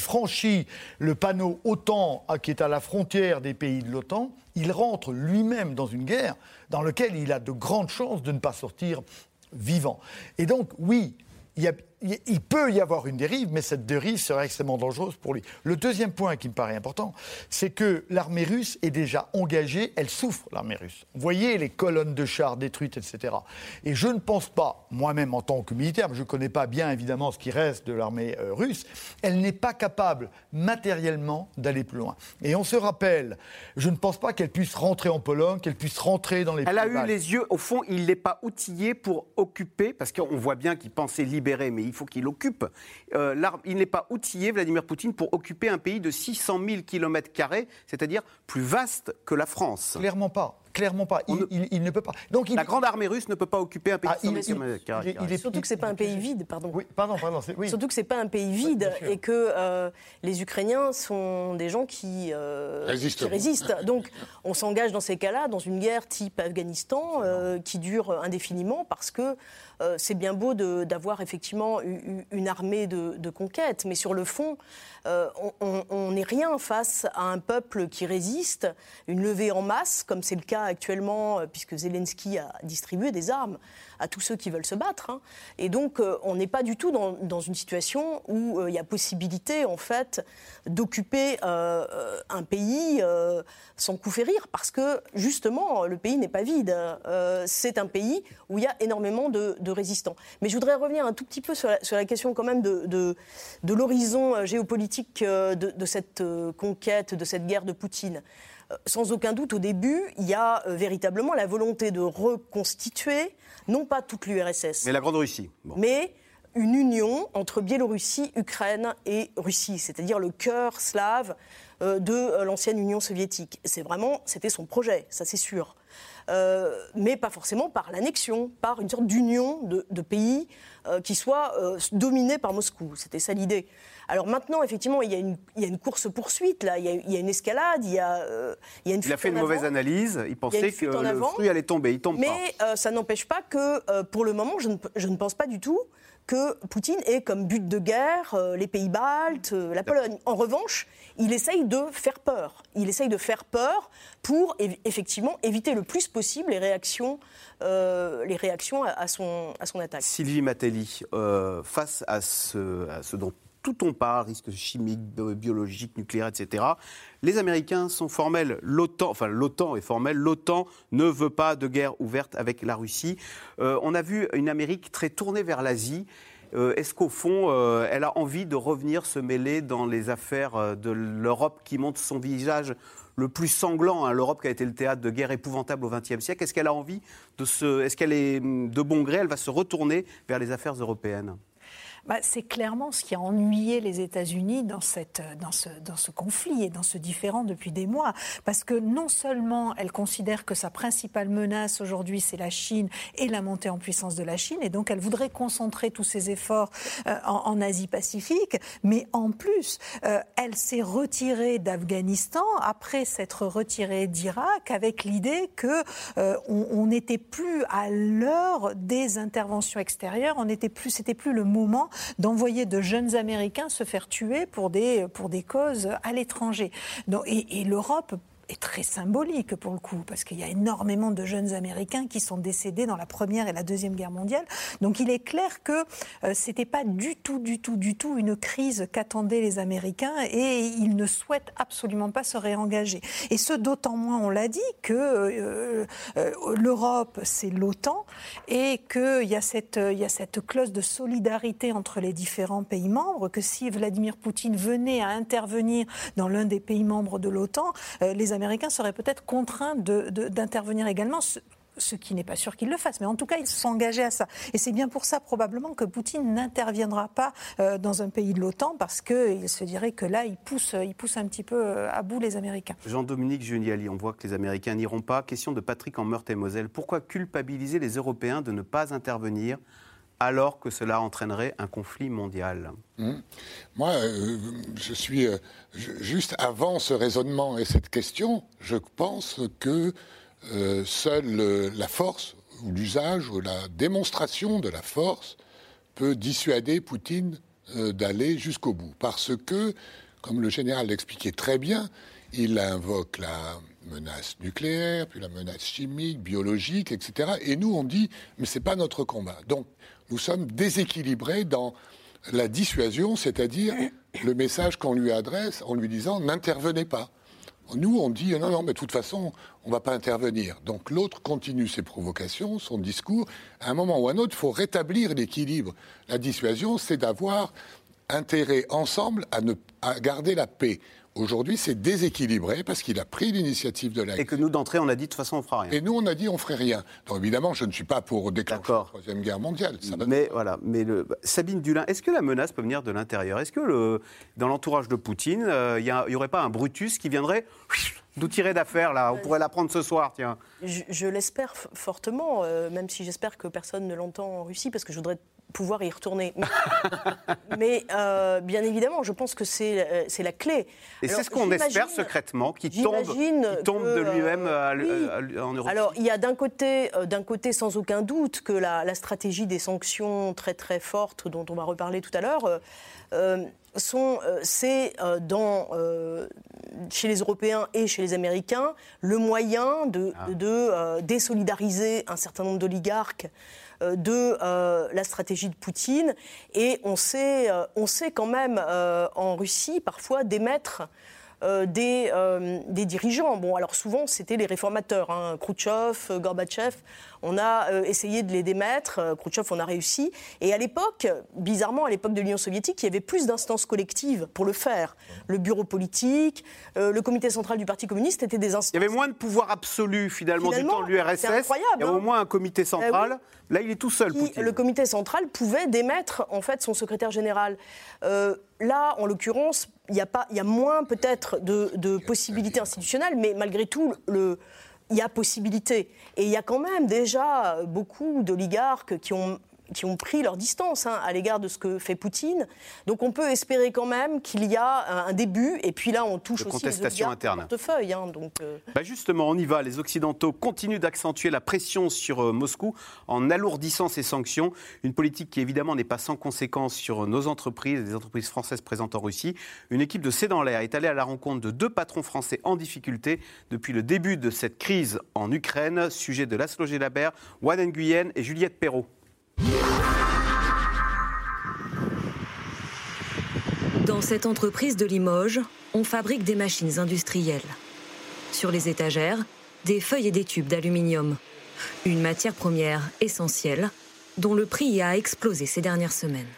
le panneau OTAN, qui est à la frontière des pays de l'OTAN, il rentre lui-même dans une guerre dans laquelle il a de grandes chances de ne pas sortir vivant. Et donc, oui, il peut y avoir une dérive, mais cette dérive serait extrêmement dangereuse pour lui. Le deuxième point qui me paraît important, c'est que l'armée russe est déjà engagée, elle souffre, l'armée russe. Vous voyez les colonnes de chars détruites, etc. Et je ne pense pas, moi-même en tant que militaire, je ne connais pas bien évidemment ce qui reste de l'armée russe, elle n'est pas capable matériellement d'aller plus loin. Et on se rappelle, je ne pense pas qu'elle puisse rentrer en Pologne, qu'elle puisse rentrer dans les pays baltes. Elle a eu les yeux, au fond, il n'est pas outillé pour occuper, parce qu'on voit bien qu'il pensait libérer, mais il faut qu'il occupe. Il n'est pas outillé, Vladimir Poutine, pour occuper un pays de 600 000 km², c'est-à-dire plus vaste que la France. Clairement pas. Il ne peut pas. Donc, la grande armée russe ne peut pas occuper un pays de 600 000 km². Surtout que ce n'est pas un pays vide, pardon. Oui, pardon. Oui. Surtout que ce n'est pas un pays vide et que les Ukrainiens sont des gens qui résistent. Donc, on s'engage dans ces cas-là dans une guerre type Afghanistan qui dure indéfiniment parce que c'est bien beau d'avoir effectivement une armée de conquête, mais sur le fond, on n'est rien face à un peuple qui résiste, une levée en masse, comme c'est le cas actuellement, puisque Zelensky a distribué des armes à tous ceux qui veulent se battre. Et donc, on n'est pas du tout dans une situation où il y a possibilité, en fait, d'occuper un pays sans coup férir, parce que, justement, le pays n'est pas vide. C'est un pays où il y a énormément de résistants. Mais je voudrais revenir un tout petit peu sur la question, quand même, de l'horizon géopolitique de cette conquête, de cette guerre de Poutine. Sans aucun doute, au début, il y a véritablement la volonté de reconstituer, non pas toute l'URSS, mais la Grande Russie. Bon. Mais une union entre Biélorussie, Ukraine et Russie, c'est-à-dire le cœur slave de l'ancienne Union soviétique. C'était son projet, ça c'est sûr. Mais pas forcément par l'annexion, par une sorte d'union de pays qui soit dominée par Moscou. C'était ça l'idée. Alors maintenant, effectivement, il y a une course-poursuite, là. Il y a une escalade, il y a une fuite. Il a fait une mauvaise analyse, il pensait que le fruit allait tomber, il tombe pas. Mais ça n'empêche pas que, pour le moment, je ne pense pas du tout que Poutine ait comme but de guerre les pays baltes, la Pologne. En revanche, il essaye de faire peur. Il essaye de faire peur pour, effectivement, éviter le plus possible les réactions à son attaque. Sylvie Matelli, face à ce dont tout on parle, risque chimique, biologique, nucléaire, etc. Les Américains sont formels, l'OTAN est formelle, l'OTAN ne veut pas de guerre ouverte avec la Russie. On a vu une Amérique très tournée vers l'Asie. Est-ce qu'au fond, elle a envie de revenir se mêler dans les affaires de l'Europe qui montre son visage le plus sanglant, hein, l'Europe qui a été le théâtre de guerres épouvantables au XXe siècle? Est-ce qu'elle a envie est-ce qu'elle est de bon gré, elle va se retourner vers les affaires européennes? C'est clairement ce qui a ennuyé les États-Unis dans ce conflit et dans ce différend depuis des mois. Parce que non seulement elle considère que sa principale menace aujourd'hui, c'est la Chine et la montée en puissance de la Chine, et donc elle voudrait concentrer tous ses efforts en Asie-Pacifique, mais en plus, elle s'est retirée d'Afghanistan après s'être retirée d'Irak avec l'idée qu'on n'était plus à l'heure des interventions extérieures, c'était plus le moment d'envoyer de jeunes Américains se faire tuer pour des causes à l'étranger. Et l'Europe est très symbolique pour le coup, parce qu'il y a énormément de jeunes Américains qui sont décédés dans la Première et la Deuxième Guerre mondiale. Donc il est clair que c'était pas du tout une crise qu'attendaient les Américains, et ils ne souhaitent absolument pas se réengager. Et ce d'autant moins, on l'a dit, que l'Europe c'est l'OTAN, et qu'il y a cette clause de solidarité entre les différents pays membres, que si Vladimir Poutine venait à intervenir dans l'un des pays membres de l'OTAN, les Américains seraient peut-être contraints d'intervenir également, ce qui n'est pas sûr qu'ils le fassent. Mais en tout cas, ils se sont engagés à ça. Et c'est bien pour ça, probablement, que Poutine n'interviendra pas dans un pays de l'OTAN, parce qu'il se dirait que là, il pousse un petit peu à bout les Américains. Jean-Dominique Juniali, on voit que les Américains n'iront pas. Question de Patrick en Meurthe-et-Moselle. Pourquoi culpabiliser les Européens de ne pas intervenir alors que cela entraînerait un conflit mondial? Moi, je suis juste avant ce raisonnement et cette question, je pense que seule la force ou l'usage ou la démonstration de la force peut dissuader Poutine d'aller jusqu'au bout. Parce que, comme le général l'expliquait très bien, il invoque la menace nucléaire, puis la menace chimique, biologique, etc. Et nous, on dit, mais ce n'est pas notre combat. Donc, nous sommes déséquilibrés dans la dissuasion, c'est-à-dire le message qu'on lui adresse en lui disant « n'intervenez pas ». Nous, on dit « non, mais de toute façon, on ne va pas intervenir ». Donc l'autre continue ses provocations, son discours. À un moment ou à un autre, il faut rétablir l'équilibre. La dissuasion, c'est d'avoir intérêt ensemble à garder la paix. Aujourd'hui, c'est déséquilibré parce qu'il a pris l'initiative de la guerre. Et que nous, d'entrée, on a dit de toute façon, on ne fera rien. Et nous, on a dit on ne ferait rien. Donc évidemment, je ne suis pas pour déclencher la Troisième Guerre mondiale. Sabine Dulin, est-ce que la menace peut venir de l'intérieur? Est-ce que dans l'entourage de Poutine, il n'y aurait pas un Brutus qui viendrait nous tirer d'affaire, là? On pourrait la prendre ce soir, tiens. Je l'espère fortement, même si j'espère que personne ne l'entend en Russie, parce que je voudrais pouvoir y retourner. Mais bien évidemment, je pense que c'est la clé. Et c'est ce qu'on espère secrètement, qu'il tombe de lui-même en Europe. Alors, il y a d'un côté, sans aucun doute, que la stratégie des sanctions très très fortes, dont on va reparler tout à l'heure, chez les Européens et chez les Américains, le moyen de désolidariser un certain nombre d'oligarques de la stratégie de Poutine. Et on sait quand même en Russie parfois démettre des dirigeants. Bon, alors souvent, c'était les réformateurs, Khrouchtchev, Gorbatchev. On a essayé de les démettre. Khrouchtchev, on a réussi. Et à l'époque, bizarrement, à l'époque de l'Union soviétique, il y avait plus d'instances collectives pour le faire. Le bureau politique, le comité central du Parti communiste étaient des instances. Il y avait moins de pouvoir absolu, finalement du temps de l'URSS. C'est incroyable. Il y avait au moins un comité central. Là, il est tout seul, Poutine. Le comité central pouvait démettre, en fait, son secrétaire général. Là, en l'occurrence, il y a moins peut-être de possibilités institutionnelles, mais malgré tout, il y a possibilité. Et il y a quand même déjà beaucoup d'oligarques qui ont pris leur distance à l'égard de ce que fait Poutine. Donc on peut espérer quand même qu'il y a un début. Et puis là, on touche aussi les oligarques au portefeuille. Justement, on y va. Les Occidentaux continuent d'accentuer la pression sur Moscou en alourdissant ces sanctions. Une politique qui, évidemment, n'est pas sans conséquences sur nos entreprises, les entreprises françaises présentes en Russie. Une équipe de C'est dans l'air est allée à la rencontre de 2 patrons français en difficulté depuis le début de cette crise en Ukraine. Sujet de Laszlo Gelabert, Juan Nguyen et Juliette Perrault. Dans cette entreprise de Limoges, on fabrique des machines industrielles. Sur les étagères, des feuilles et des tubes d'aluminium. Une matière première essentielle, dont le prix a explosé ces dernières semaines.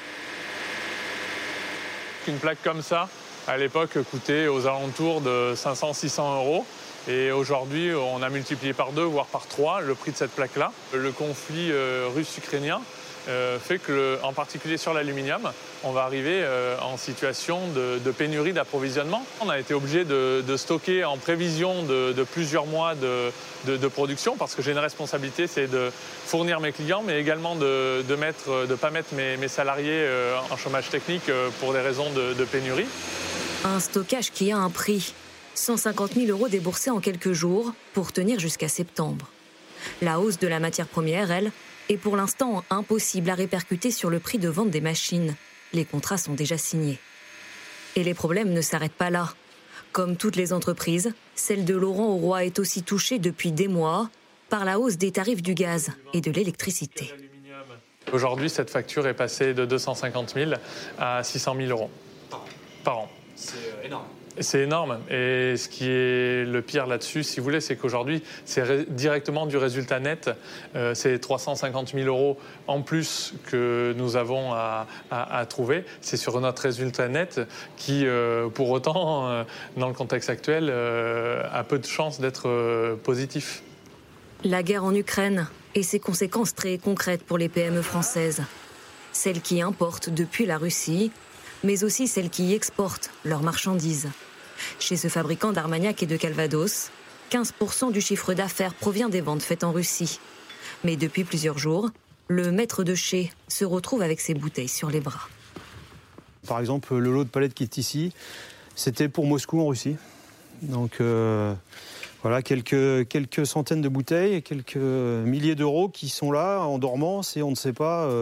Une plaque comme ça, à l'époque, coûtait aux alentours de 500-600 euros. Et aujourd'hui, on a multiplié par 2, voire par 3, le prix de cette plaque-là. Le conflit russe-ukrainien fait que, en particulier sur l'aluminium, on va arriver en situation de pénurie d'approvisionnement. On a été obligé de stocker en prévision de plusieurs mois de production, parce que j'ai une responsabilité, c'est de fournir mes clients, mais également de ne pas mettre mes salariés en chômage technique pour des raisons de pénurie. Un stockage qui a un prix. 150 000 euros déboursés en quelques jours pour tenir jusqu'à septembre. La hausse de la matière première, elle, est pour l'instant impossible à répercuter sur le prix de vente des machines. Les contrats sont déjà signés. Et les problèmes ne s'arrêtent pas là. Comme toutes les entreprises, celle de Laurent Auroy est aussi touchée depuis des mois par la hausse des tarifs du gaz et de l'électricité. Aujourd'hui, cette facture est passée de 250 000 à 600 000 euros par an. C'est énorme. C'est énorme. Et ce qui est le pire là-dessus, si vous voulez, c'est qu'aujourd'hui, c'est directement du résultat net. C'est 350 000 euros en plus que nous avons à trouver. C'est sur notre résultat net qui, pour autant, dans le contexte actuel, a peu de chances d'être positif. La guerre en Ukraine et ses conséquences très concrètes pour les PME françaises. Celles qui importent depuis la Russie, mais aussi celles qui exportent leurs marchandises. Chez ce fabricant d'Armagnac et de Calvados, 15% du chiffre d'affaires provient des ventes faites en Russie. Mais depuis plusieurs jours, le maître de chez se retrouve avec ses bouteilles sur les bras. Par exemple, le lot de palettes qui est ici, c'était pour Moscou en Russie. Donc voilà, quelques centaines de bouteilles, quelques milliers d'euros qui sont là en dormance et on ne sait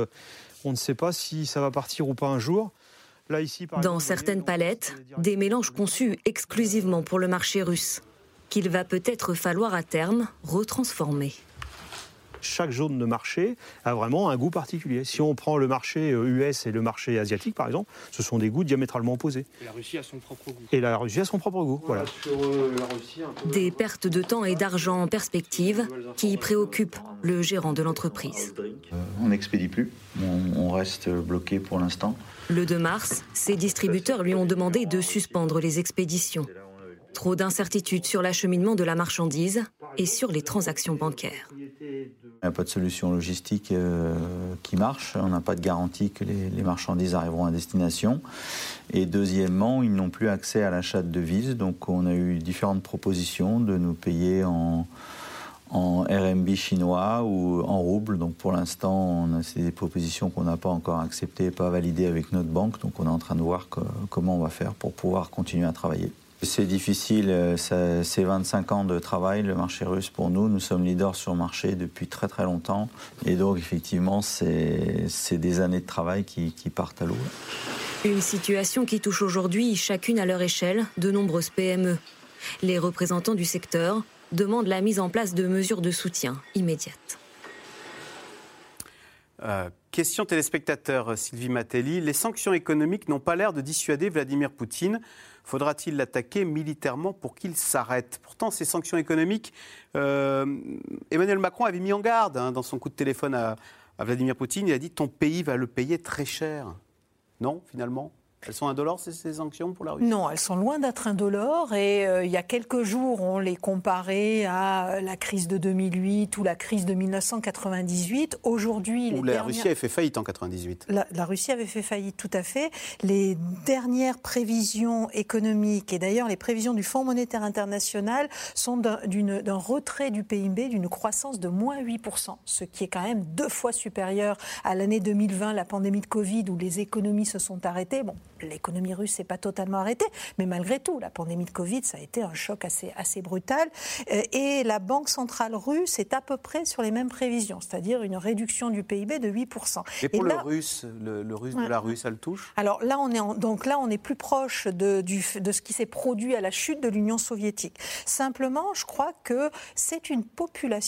pas si ça va partir ou pas un jour. Là, ici, dans certaines palettes, des mélanges conçus exclusivement pour le marché russe, qu'il va peut-être falloir à terme retransformer. Chaque zone de marché a vraiment un goût particulier. Si on prend le marché US et le marché asiatique, par exemple, ce sont des goûts diamétralement opposés. Et la Russie a son propre goût. Et la Russie a son propre goût, voilà. Sur la Russie, des pertes de temps et d'argent en perspective qui préoccupent le gérant de l'entreprise. On n'expédie plus, on reste bloqué pour l'instant. Le 2 mars, ses distributeurs lui ont demandé de suspendre les expéditions. Trop d'incertitudes sur l'acheminement de la marchandise et sur les transactions bancaires. Il n'y a pas de solution logistique qui marche. On n'a pas de garantie que les marchandises arriveront à destination. Et deuxièmement, ils n'ont plus accès à l'achat de devises. Donc on a eu différentes propositions de nous payer en RMB chinois ou en rouble. Donc pour l'instant, c'est des propositions qu'on n'a pas encore acceptées, pas validées avec notre banque. Donc on est en train de voir comment on va faire pour pouvoir continuer à travailler. C'est difficile, c'est 25 ans de travail, le marché russe pour nous. Nous sommes leaders sur le marché depuis très très longtemps. Et donc effectivement, c'est des années de travail qui partent à l'eau. Une situation qui touche aujourd'hui, chacune à leur échelle, de nombreuses PME. Les représentants du secteur demandent la mise en place de mesures de soutien immédiates. Question téléspectateur, Sylvie Matelli. Les sanctions économiques n'ont pas l'air de dissuader Vladimir Poutine. Faudra-t-il l'attaquer militairement pour qu'il s'arrête ? Pourtant, ces sanctions économiques, Emmanuel Macron avait mis en garde dans son coup de téléphone à Vladimir Poutine. Il a dit « ton pays va le payer très cher ». Non, finalement ? Elles sont indolores, ces sanctions pour la Russie ? Non, elles sont loin d'être indolores. Et il y a quelques jours, on les comparait à la crise de 2008 ou la crise de 1998. Aujourd'hui, Russie avait fait faillite en 1998. La Russie avait fait faillite, tout à fait. Les dernières prévisions économiques, et d'ailleurs les prévisions du Fonds monétaire international, sont d'un retrait du PIB, d'une croissance de moins 8%, ce qui est quand même 2 fois supérieur à l'année 2020, la pandémie de Covid, où les économies se sont arrêtées. Bon, l'économie russe n'est pas totalement arrêtée, mais malgré tout, la pandémie de Covid, ça a été un choc assez brutal. Et la Banque centrale russe est à peu près sur les mêmes prévisions, c'est-à-dire une réduction du PIB de 8%. Et pour le russe de la Russie, ça le touche ? Alors là, on est plus proche de ce qui s'est produit à la chute de l'Union soviétique. Simplement, je crois que c'est une population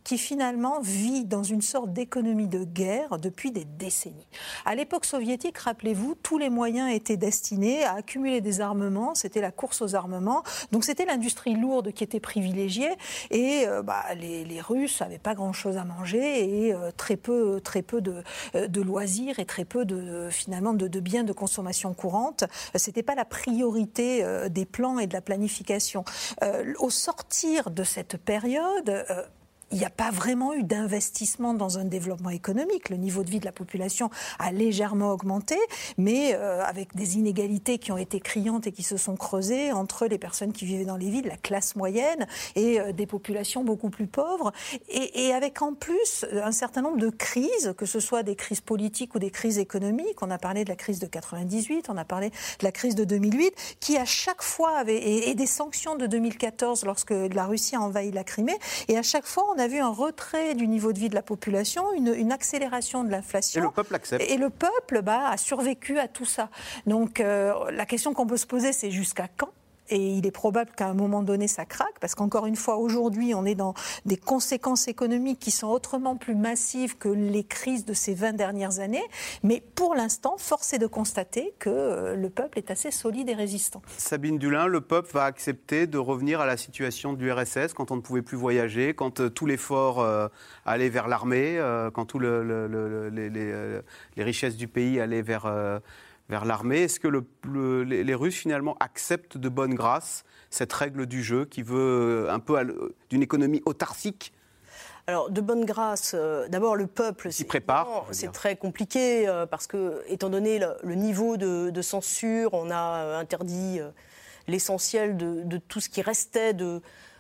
qui finalement vit dans une sorte d'économie de guerre depuis des décennies. À l'époque soviétique, rappelez-vous, tous les moyens étaient destinés à accumuler des armements, c'était la course aux armements, donc c'était l'industrie lourde qui était privilégiée, et les Russes n'avaient pas grand-chose à manger, et très peu de loisirs, et très peu finalement de biens de consommation courante. C'était pas la priorité des plans et de la planification. Au sortir de cette période, il n'y a pas vraiment eu d'investissement dans un développement économique. Le niveau de vie de la population a légèrement augmenté, mais avec des inégalités qui ont été criantes et qui se sont creusées entre les personnes qui vivaient dans les villes, la classe moyenne, et des populations beaucoup plus pauvres, et avec en plus un certain nombre de crises, que ce soit des crises politiques ou des crises économiques. On a parlé de la crise de 98, on a parlé de la crise de 2008, qui à chaque fois et des sanctions de 2014 lorsque la Russie a envahi la Crimée, et à chaque fois on a vu un retrait du niveau de vie de la population, une accélération de l'inflation. Et le peuple accepte. Et le peuple a survécu à tout ça. Donc la question qu'on peut se poser, c'est jusqu'à quand ? Et il est probable qu'à un moment donné, ça craque, parce qu'encore une fois, aujourd'hui, on est dans des conséquences économiques qui sont autrement plus massives que les crises de ces 20 dernières années. Mais pour l'instant, force est de constater que le peuple est assez solide et résistant. Sabine Dulin, le peuple va accepter de revenir à la situation du RSS quand on ne pouvait plus voyager, quand tout l'effort allait vers l'armée, quand toutes les richesses du pays allaient vers l'armée. Est-ce que les Russes, finalement, acceptent de bonne grâce cette règle du jeu qui veut un peu d'une économie autarcique ? Alors, de bonne grâce, d'abord, le peuple s'y prépare. C'est très compliqué parce que, étant donné le niveau de censure, on a interdit l'essentiel de tout ce qui restait de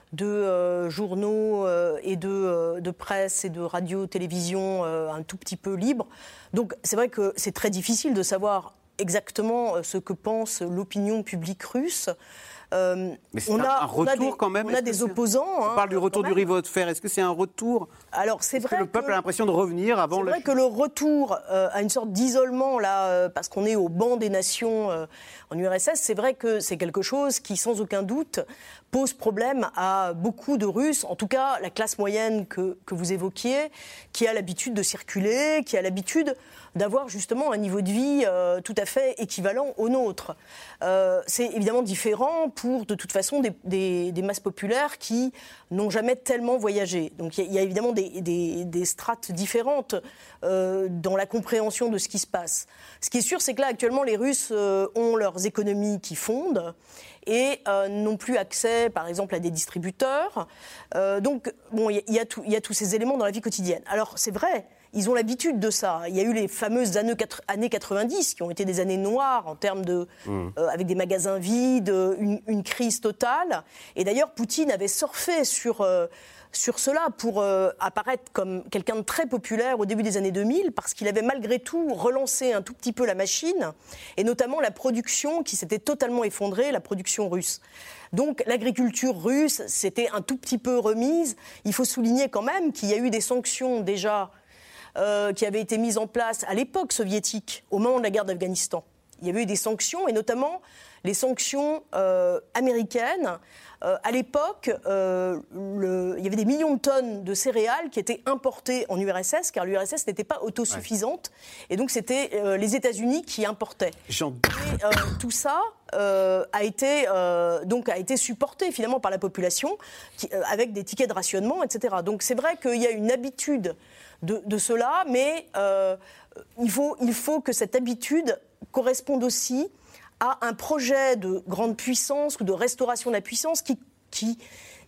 journaux et de presse et de radio-télévision un tout petit peu libre. Donc, c'est vrai que c'est très difficile de savoir exactement ce que pense l'opinion publique russe. Mais c'est un retour quand même. On a des opposants. On parle du retour du rideau de fer. Est-ce que c'est un retour ? Alors c'est vrai que le peuple a l'impression de revenir avant. C'est vrai que le retour à une sorte d'isolement là, parce qu'on est au banc des nations en URSS, c'est vrai que c'est quelque chose qui, sans aucun doute, pose problème à beaucoup de Russes. En tout cas, la classe moyenne que vous évoquiez, qui a l'habitude de circuler, qui a l'habitude d'avoir justement un niveau de vie tout à fait équivalent au nôtre. C'est évidemment différent pour, de toute façon, des masses populaires qui n'ont jamais tellement voyagé. Donc il y a évidemment des strates différentes dans la compréhension de ce qui se passe. Ce qui est sûr, c'est que là, actuellement, les Russes ont leurs économies qui fondent et n'ont plus accès, par exemple, à des distributeurs. Donc, bon, il y a tous ces éléments dans la vie quotidienne. Alors, c'est vrai, ils ont l'habitude de ça. Il y a eu les fameuses années 90 qui ont été des années noires en termes de, avec des magasins vides, une crise totale. Et d'ailleurs, Poutine avait surfé sur cela pour apparaître comme quelqu'un de très populaire au début des années 2000 parce qu'il avait malgré tout relancé un tout petit peu la machine et notamment la production qui s'était totalement effondrée, la production russe. Donc l'agriculture russe s'était un tout petit peu remise. Il faut souligner quand même qu'il y a eu des sanctions déjà qui avaient été mises en place à l'époque soviétique, au moment de la guerre d'Afghanistan. Il y avait eu des sanctions et notamment les sanctions américaines. À l'époque, il y avait des millions de tonnes de céréales qui étaient importées en URSS, car l'URSS n'était pas autosuffisante. Ouais. Et donc, c'était les États-Unis qui importaient. Et tout ça a été supporté, finalement, par la population, avec des tickets de rationnement, etc. Donc, c'est vrai qu'il y a une habitude de cela, mais il faut que cette habitude corresponde aussi à un projet de grande puissance ou de restauration de la puissance qui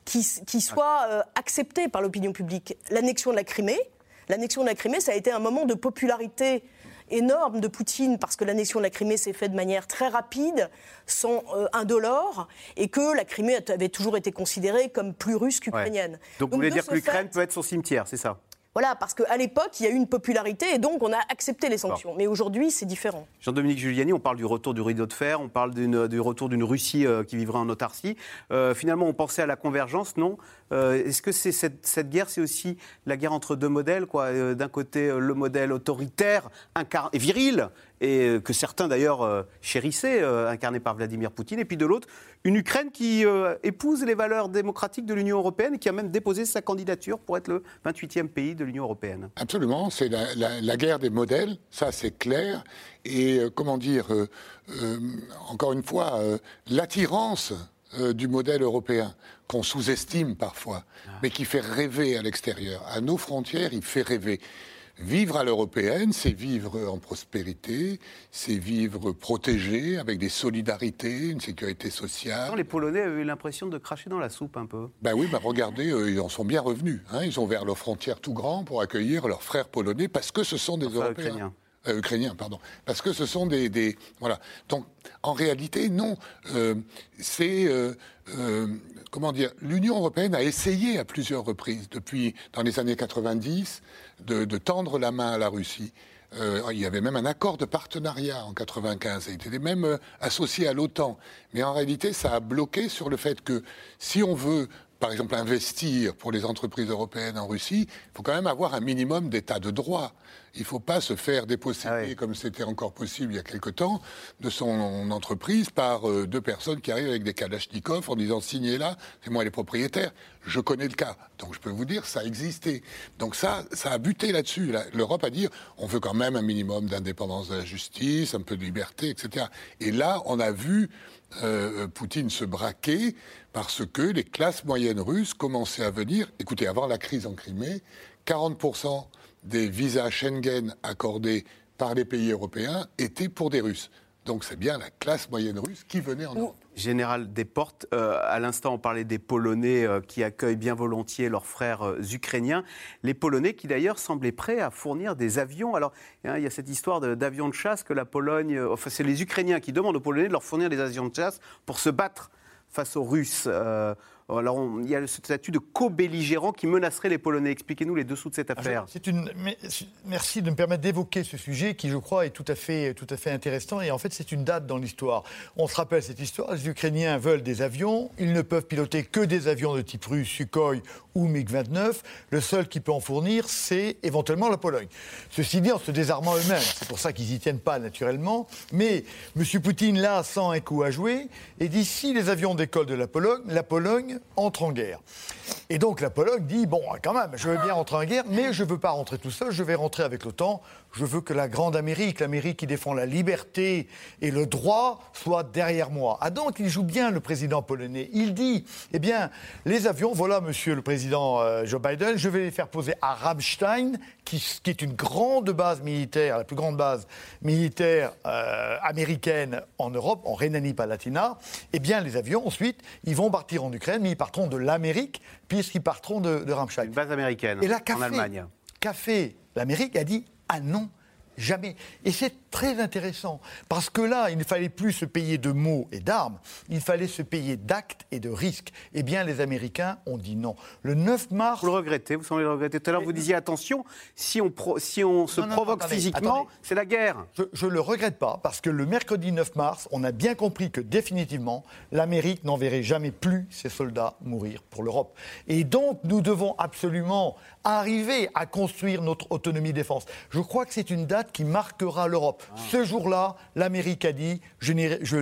soit accepté par l'opinion publique. L'annexion de la Crimée, ça a été un moment de popularité énorme de Poutine parce que l'annexion de la Crimée s'est faite de manière très rapide, sans indolore, et que la Crimée avait toujours été considérée comme plus russe qu'ukrainienne. Ouais. Donc vous voulez dire que l'Ukraine peut être son cimetière, c'est ça ? Voilà, parce qu'à l'époque, il y a eu une popularité et donc on a accepté les sanctions. Mais aujourd'hui, c'est différent. Jean-Dominique Giuliani, on parle du retour du rideau de fer, on parle du retour d'une Russie qui vivrait en autarcie. Finalement, on pensait à la convergence, non ? Est-ce que cette guerre, c'est aussi la guerre entre deux modèles, quoi ? D'un côté, le modèle autoritaire, viril, et que certains d'ailleurs chérissaient, incarnée par Vladimir Poutine, et puis de l'autre, une Ukraine qui épouse les valeurs démocratiques de l'Union européenne et qui a même déposé sa candidature pour être le 28e pays de l'Union européenne. Absolument, c'est la guerre des modèles, ça c'est clair, et encore une fois, l'attirance du modèle européen, qu'on sous-estime parfois, mais qui fait rêver à l'extérieur. À nos frontières, il fait rêver. Vivre à l'européenne, c'est vivre en prospérité, c'est vivre protégé, avec des solidarités, une sécurité sociale. Les Polonais avaient eu l'impression de cracher dans la soupe un peu. Ben oui, regardez, ils en sont bien revenus. Ils ont ouvert leurs frontières tout grands pour accueillir leurs frères polonais, parce que ce sont des Européens. Ukrainiens, pardon. Parce que ce sont voilà. Donc, en réalité, non. L'Union européenne a essayé à plusieurs reprises, dans les années 90, de tendre la main à la Russie. Il y avait même un accord de partenariat en 95. Il était même associé à l'OTAN. Mais en réalité, ça a bloqué sur le fait que si on veut, par exemple, investir pour les entreprises européennes en Russie, il faut quand même avoir un minimum d'état de droit. Il ne faut pas se faire déposséder, comme c'était encore possible il y a quelque temps, de son entreprise par deux personnes qui arrivent avec des kalachnikovs en disant « signez là, c'est moi les propriétaires ». Je connais le cas, donc je peux vous dire ça a existé. Donc ça a buté là-dessus. L'Europe a dit on veut quand même un minimum d'indépendance de la justice, un peu de liberté, etc. Et là, on a vu Poutine se braquer parce que les classes moyennes russes commençaient à venir. Écoutez, avant la crise en Crimée, 40% des visas Schengen accordés par les pays européens étaient pour des Russes. Donc c'est bien la classe moyenne russe qui venait en Europe. Général Desportes, à l'instant on parlait des Polonais qui accueillent bien volontiers leurs frères ukrainiens. Les Polonais qui d'ailleurs semblaient prêts à fournir des avions. Alors il y a cette histoire d'avions de chasse que la Pologne... Enfin c'est les Ukrainiens qui demandent aux Polonais de leur fournir des avions de chasse pour se battre face aux Russes. Alors, il y a ce statut de co-belligérant qui menacerait les Polonais. Expliquez-nous les dessous de cette affaire. Merci de me permettre d'évoquer ce sujet qui, je crois, est tout à fait intéressant. Et en fait, c'est une date dans l'histoire. On se rappelle cette histoire. Les Ukrainiens veulent des avions. Ils ne peuvent piloter que des avions de type russe, Sukhoi ou MiG-29. Le seul qui peut en fournir, c'est éventuellement la Pologne. Ceci dit, en se désarmant eux-mêmes. C'est pour ça qu'ils n'y tiennent pas, naturellement. Mais M. Poutine, là, sent un coup à jouer. Et dit, si les avions décollent de la Pologne entre en guerre. Et donc la Pologne dit, bon, quand même, je veux bien rentrer en guerre, mais je ne veux pas rentrer tout seul, je vais rentrer avec l'OTAN. Je veux que la grande Amérique, l'Amérique qui défend la liberté et le droit, soit derrière moi. Ah donc, il joue bien, le président polonais. Il dit, eh bien, les avions, voilà, monsieur le président Joe Biden, je vais les faire poser à Ramstein, qui est une grande base militaire, la plus grande base militaire américaine en Europe, en Rhénanie-Palatinat. Eh bien, les avions, ensuite, ils vont partir en Ukraine, mais ils partiront de l'Amérique, puisqu'ils partiront de Ramstein. Une base américaine, et là, en Allemagne. Qu'a fait l'Amérique? A dit, ah non, jamais. Et c'est très intéressant, parce que là, il ne fallait plus se payer de mots et d'armes, il fallait se payer d'actes et de risques. Eh bien, les Américains ont dit non. Le 9 mars... Vous le regrettez, vous semblez le regretter. Tout à l'heure, vous disiez, attention, si on se provoque physiquement, c'est la guerre. Je ne le regrette pas, parce que le mercredi 9 mars, on a bien compris que définitivement, l'Amérique n'enverrait jamais plus ses soldats mourir pour l'Europe. Et donc, nous devons absolument arriver à construire notre autonomie défense. Je crois que c'est une date qui marquera l'Europe. Ce jour-là, l'Amérique a dit je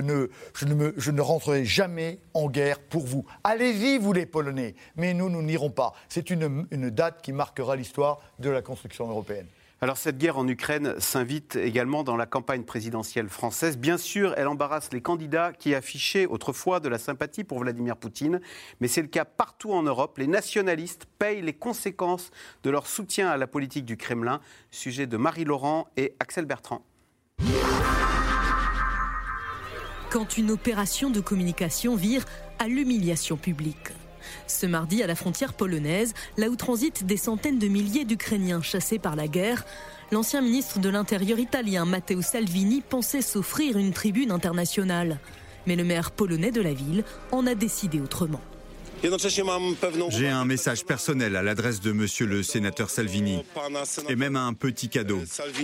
ne rentrerai jamais en guerre pour vous. Allez-y, vous les Polonais, mais nous n'irons pas. C'est une date qui marquera l'histoire de la construction européenne. Alors cette guerre en Ukraine s'invite également dans la campagne présidentielle française. Bien sûr, elle embarrasse les candidats qui affichaient autrefois de la sympathie pour Vladimir Poutine, mais c'est le cas partout en Europe. Les nationalistes payent les conséquences de leur soutien à la politique du Kremlin. Sujet de Marie Laurent et Axel Bertrand. Quand une opération de communication vire à l'humiliation publique. Ce mardi, à la frontière polonaise, là où transitent des centaines de milliers d'Ukrainiens chassés par la guerre, l'ancien ministre de l'Intérieur italien Matteo Salvini pensait s'offrir une tribune internationale. Mais le maire polonais de la ville en a décidé autrement. J'ai un message personnel à l'adresse de monsieur le sénateur Salvini, et même un petit cadeau.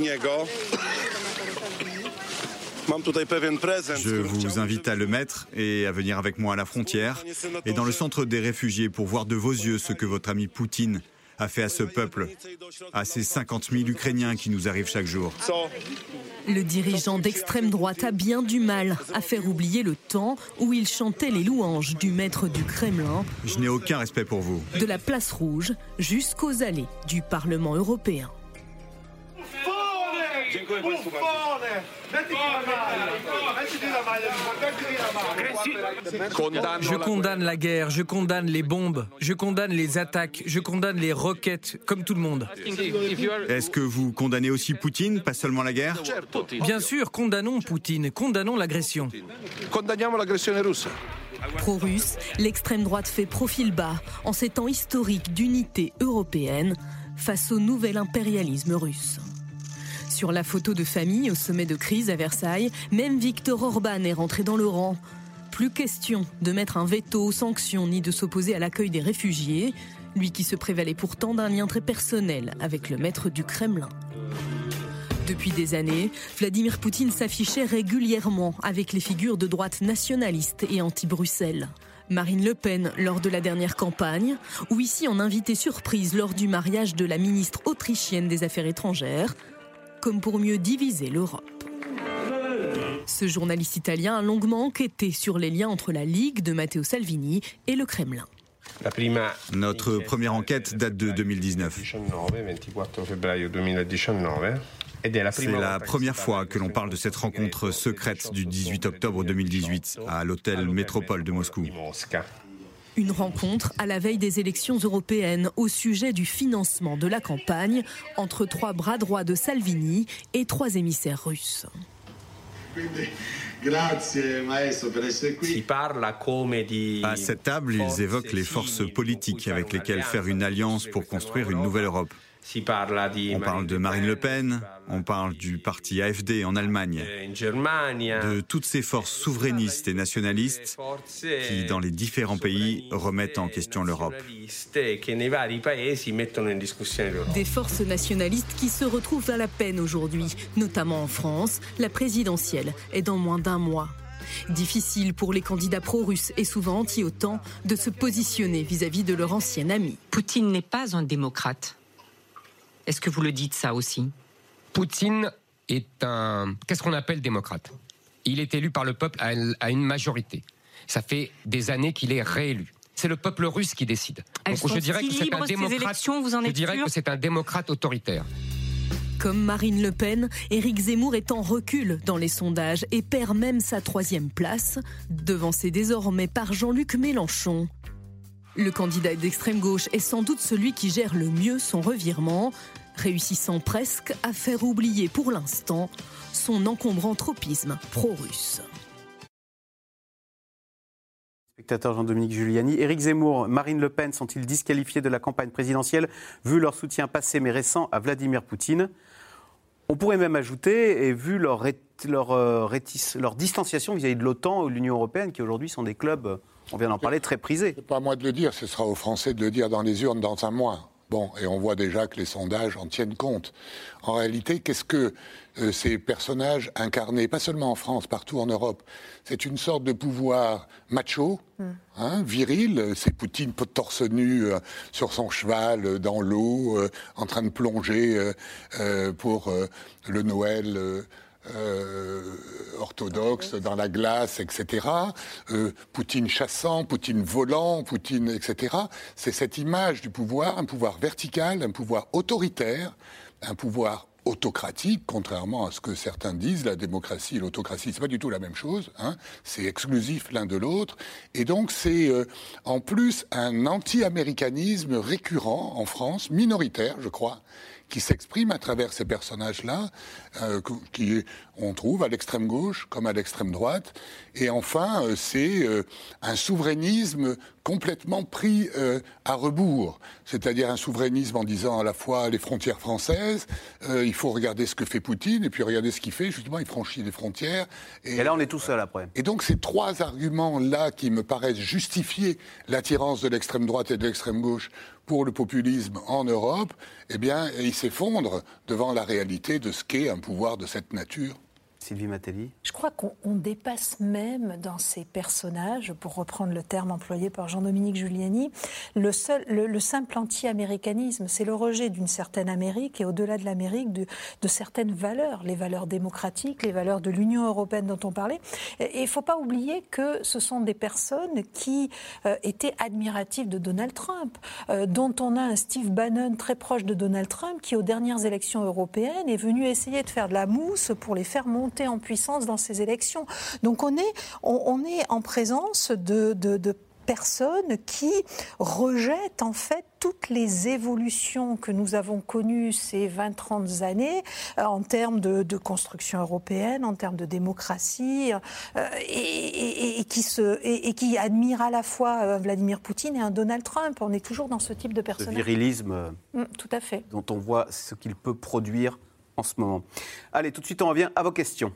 Je vous invite à le mettre et à venir avec moi à la frontière et dans le centre des réfugiés pour voir de vos yeux ce que votre ami Poutine a fait à ce peuple, à ces 50 000 Ukrainiens qui nous arrivent chaque jour. Le dirigeant d'extrême droite a bien du mal à faire oublier le temps où il chantait les louanges du maître du Kremlin. Je n'ai aucun respect pour vous. De la place rouge jusqu'aux allées du Parlement européen. Je condamne la guerre, je condamne les bombes, je condamne les attaques, je condamne les roquettes, comme tout le monde. Est-ce que vous condamnez aussi Poutine, pas seulement la guerre? Bien sûr, condamnons Poutine, condamnons l'agression. Condanniamo l'aggressione russa. Pro-russe, l'extrême droite fait profil bas en ces temps historiques d'unité européenne face au nouvel impérialisme russe. Sur la photo de famille au sommet de crise à Versailles, même Viktor Orban est rentré dans le rang. Plus question de mettre un veto aux sanctions ni de s'opposer à l'accueil des réfugiés, lui qui se prévalait pourtant d'un lien très personnel avec le maître du Kremlin. Depuis des années, Vladimir Poutine s'affichait régulièrement avec les figures de droite nationalistes et anti-Bruxelles. Marine Le Pen lors de la dernière campagne, ou ici en invité surprise lors du mariage de la ministre autrichienne des Affaires étrangères, comme pour mieux diviser l'Europe. Ce journaliste italien a longuement enquêté sur les liens entre la Ligue de Matteo Salvini et le Kremlin. Notre première enquête date de 2019. C'est la première fois que l'on parle de cette rencontre secrète du 18 octobre 2018 à l'hôtel Métropole de Moscou. Une rencontre à la veille des élections européennes au sujet du financement de la campagne entre 3 bras droits de Salvini et 3 émissaires russes. À cette table, ils évoquent les forces politiques avec lesquelles faire une alliance pour construire une nouvelle Europe. On parle de Marine Le Pen, on parle du parti AfD en Allemagne, de toutes ces forces souverainistes et nationalistes qui, dans les différents pays, remettent en question l'Europe. Des forces nationalistes qui se retrouvent à la peine aujourd'hui, notamment en France. La présidentielle est dans moins d'un mois. Difficile pour les candidats pro-russes et souvent anti-OTAN de se positionner vis-à-vis de leur ancien ami. Poutine n'est pas un démocrate. Est-ce que vous le dites ça aussi? Poutine est qu'est-ce qu'on appelle démocrate? Il est élu par le peuple à une majorité. Ça fait des années qu'il est réélu. C'est le peuple russe qui décide. Donc, je dirais que c'est un démocrate. Je dirais que c'est un démocrate autoritaire. Comme Marine Le Pen, Éric Zemmour est en recul dans les sondages et perd même sa 3e place, devancé désormais par Jean-Luc Mélenchon. Le candidat d'extrême gauche est sans doute celui qui gère le mieux son revirement, réussissant presque à faire oublier pour l'instant son encombrant tropisme pro-russe. Spectateur Jean-Dominique Giuliani. Éric Zemmour, Marine Le Pen sont-ils disqualifiés de la campagne présidentielle vu leur soutien passé mais récent à Vladimir Poutine? On pourrait même ajouter, et vu leur distanciation vis-à-vis de l'OTAN ou de l'Union européenne, qui aujourd'hui sont des clubs, on vient d'en parler, très prisés. C'est pas à moi de le dire, ce sera aux Français de le dire dans les urnes dans un mois. Bon, et on voit déjà que les sondages en tiennent compte. En réalité, qu'est-ce que ces personnages incarnés, pas seulement en France, partout en Europe, c'est une sorte de pouvoir macho, viril. C'est Poutine torse nu sur son cheval dans l'eau, en train de plonger pour le Noël orthodoxe dans la glace, etc. Poutine chassant, Poutine volant, Poutine, etc. C'est cette image du pouvoir, un pouvoir vertical, un pouvoir autoritaire, un pouvoir autocratique, contrairement à ce que certains disent, la démocratie et l'autocratie, c'est pas du tout la même chose, c'est exclusif l'un de l'autre, et donc c'est en plus un anti-américanisme récurrent en France, minoritaire je crois, qui s'exprime à travers ces personnages-là, on trouve à l'extrême gauche comme à l'extrême droite. Et enfin, c'est un souverainisme complètement pris à rebours. C'est-à-dire un souverainisme en disant à la fois les frontières françaises, il faut regarder ce que fait Poutine, et puis regarder ce qu'il fait, justement, il franchit les frontières. Et là, on est tout seul après. Et donc, ces 3 arguments-là qui me paraissent justifier l'attirance de l'extrême droite et de l'extrême gauche pour le populisme en Europe, eh bien, il s'effondre devant la réalité de ce qu'est un pouvoir de cette nature. Sylvie Matelli. Je crois qu'on dépasse même dans ces personnages, pour reprendre le terme employé par Jean-Dominique Giuliani, le simple anti-américanisme. C'est le rejet d'une certaine Amérique et au-delà de l'Amérique, de certaines valeurs, les valeurs démocratiques, les valeurs de l'Union européenne dont on parlait. Et il ne faut pas oublier que ce sont des personnes qui étaient admiratives de Donald Trump, dont on a un Steve Bannon très proche de Donald Trump qui, aux dernières élections européennes, est venu essayer de faire de la mousse pour les faire monter en puissance dans ces élections. Donc on est en présence de personnes qui rejettent en fait toutes les évolutions que nous avons connues ces 20-30 années en termes de construction européenne, en termes de démocratie, et qui admirent à la fois Vladimir Poutine et un Donald Trump. On est toujours dans ce type de personnage. Le virilisme tout à fait. Dont on voit ce qu'il peut produire en ce moment. Allez, tout de suite, on revient à vos questions.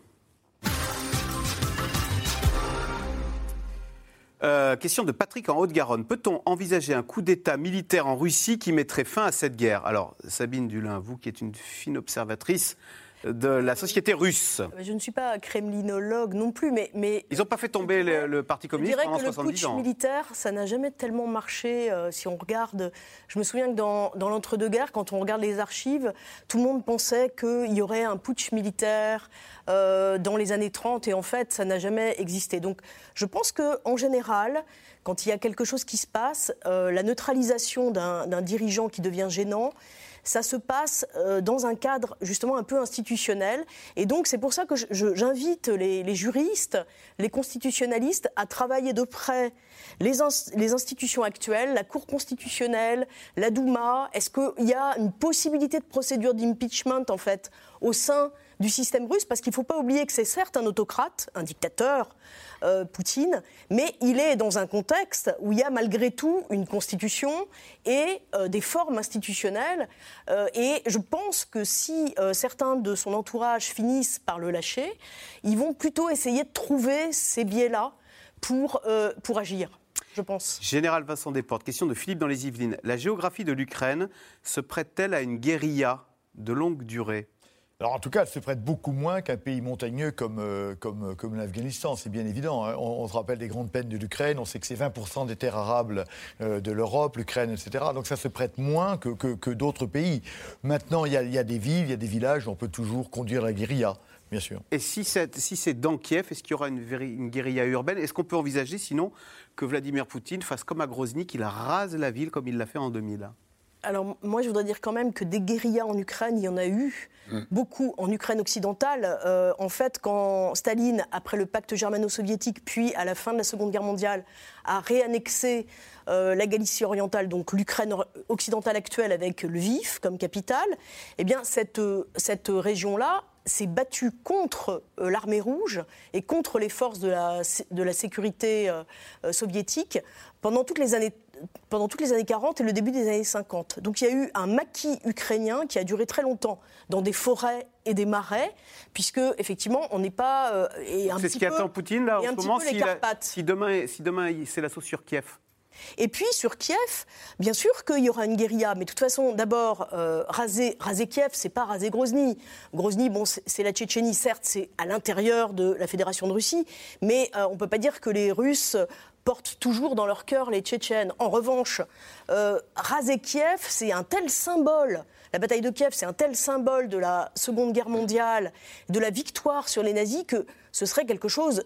Question de Patrick en Haute-Garonne. Peut-on envisager un coup d'État militaire en Russie qui mettrait fin à cette guerre ? Alors, Sabine Dulin, vous qui êtes une fine observatrice de la société russe. Je ne suis pas kremlinologue non plus, mais ils n'ont pas fait tomber le Parti communiste pendant 70 ans. Je dirais que le putsch militaire, ça n'a jamais tellement marché. Si on regarde, je me souviens que dans l'entre-deux-guerres, quand on regarde les archives, tout le monde pensait qu'il y aurait un putsch militaire dans les années 30, et en fait, ça n'a jamais existé. Donc, je pense qu'en général, quand il y a quelque chose qui se passe, la neutralisation d'un dirigeant qui devient gênant, ça se passe dans un cadre justement un peu institutionnel. Et donc c'est pour ça que j'invite les juristes, les constitutionnalistes à travailler de près les institutions actuelles, la Cour constitutionnelle, la Douma. Est-ce qu'il y a une possibilité de procédure d'impeachment en fait au sein du système russe, parce qu'il ne faut pas oublier que c'est certes un autocrate, un dictateur, Poutine, mais il est dans un contexte où il y a malgré tout une constitution et des formes institutionnelles. Et je pense que si certains de son entourage finissent par le lâcher, ils vont plutôt essayer de trouver ces biais-là pour agir. Je pense. Général Vincent Desportes, question de Philippe dans les Yvelines. La géographie de l'Ukraine se prête-t-elle à une guérilla de longue durée ? Alors en tout cas, elle se prête beaucoup moins qu'un pays montagneux comme l'Afghanistan, c'est bien évident. Hein. On se rappelle des grandes peines de l'Ukraine, on sait que c'est 20% des terres arables de l'Europe, l'Ukraine, etc. Donc ça se prête moins que d'autres pays. Maintenant, il y a des villes, il y a des villages où on peut toujours conduire la guérilla. Bien sûr. Et si c'est dans Kiev, est-ce qu'il y aura une guérilla urbaine ? Est-ce qu'on peut envisager sinon que Vladimir Poutine fasse comme à Grozny, qu'il rase la ville comme il l'a fait en 2000 ? Alors moi je voudrais dire quand même que des guérillas en Ukraine, il y en a eu beaucoup en Ukraine occidentale. En fait, quand Staline, après le pacte germano-soviétique, puis à la fin de la Seconde Guerre mondiale, a réannexé la Galicie orientale, donc l'Ukraine occidentale actuelle avec Lviv comme capitale, eh bien cette région-là s'est battue contre l'armée rouge et contre les forces de la sécurité soviétique pendant toutes les années 40 et le début des années 50. Donc il y a eu un maquis ukrainien qui a duré très longtemps dans des forêts et des marais, puisque effectivement on n'est pas... c'est ce qui attend Poutine là en ce moment, si demain c'est l'assaut sur Kiev. Et puis sur Kiev, bien sûr qu'il y aura une guérilla, mais de toute façon, d'abord, raser Kiev, c'est pas raser Grozny. Grozny, bon, c'est la Tchétchénie, certes, c'est à l'intérieur de la Fédération de Russie, mais on ne peut pas dire que les Russes portent toujours dans leur cœur les Tchétchènes. En revanche, raser Kiev, c'est un tel symbole. La bataille de Kiev, c'est un tel symbole de la Seconde Guerre mondiale, de la victoire sur les nazis, que ce serait quelque chose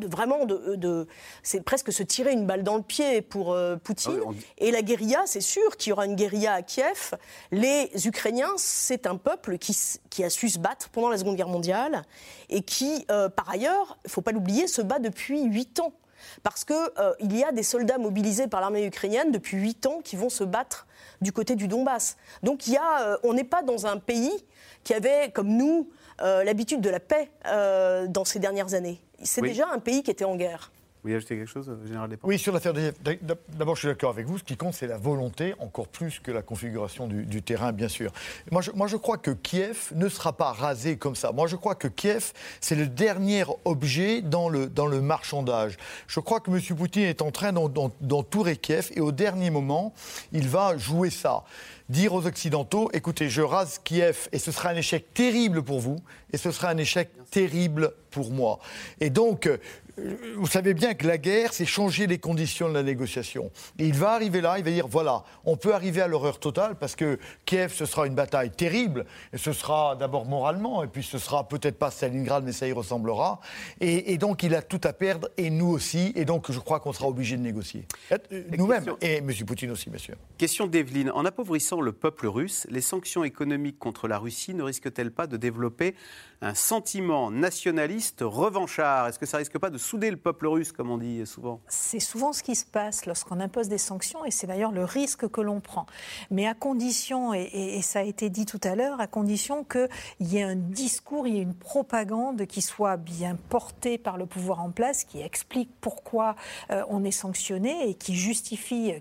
c'est presque se tirer une balle dans le pied pour Poutine. Et la guérilla, c'est sûr qu'il y aura une guérilla à Kiev. Les Ukrainiens, c'est un peuple qui a su se battre pendant la Seconde Guerre mondiale et qui, par ailleurs, il ne faut pas l'oublier, se bat depuis 8 ans. Parce qu'il y a des soldats mobilisés par l'armée ukrainienne depuis 8 ans qui vont se battre du côté du Donbass. Donc on n'est pas dans un pays qui avait, comme nous, l'habitude de la paix dans ces dernières années. C'est déjà un pays qui était en guerre. Vous voulez ajouter quelque chose, Général Despentes? Oui, sur l'affaire d'abord, je suis d'accord avec vous. Ce qui compte, c'est la volonté, encore plus que la configuration du terrain, bien sûr. Moi, je crois que Kiev ne sera pas rasé comme ça. Moi, je crois que Kiev, c'est le dernier objet dans le marchandage. Je crois que M. Poutine est en train d'entourer Kiev et au dernier moment, il va jouer ça. Dire aux Occidentaux, écoutez, je rase Kiev et ce sera un échec terrible pour vous et ce sera un échec terrible pour moi. Et donc, vous savez bien que la guerre, c'est changer les conditions de la négociation. Et il va arriver là, il va dire, voilà, on peut arriver à l'horreur totale parce que Kiev, ce sera une bataille terrible. Et ce sera d'abord moralement, et puis ce sera peut-être pas Stalingrad, mais ça y ressemblera. Et donc, il a tout à perdre, et nous aussi. Et donc, je crois qu'on sera obligé de négocier. Nous-mêmes, et M. Poutine aussi, bien sûr. Question d'Evelyne. En appauvrissant le peuple russe, les sanctions économiques contre la Russie ne risquent-elles pas de développer un sentiment nationaliste revanchard? Est-ce que ça risque pas de souder le peuple russe, comme on dit souvent? C'est souvent ce qui se passe lorsqu'on impose des sanctions, et c'est d'ailleurs le risque que l'on prend. Mais à condition, et ça a été dit tout à l'heure, à condition qu'il y ait un discours, il y ait une propagande qui soit bien portée par le pouvoir en place, qui explique pourquoi on est sanctionné et qui justifie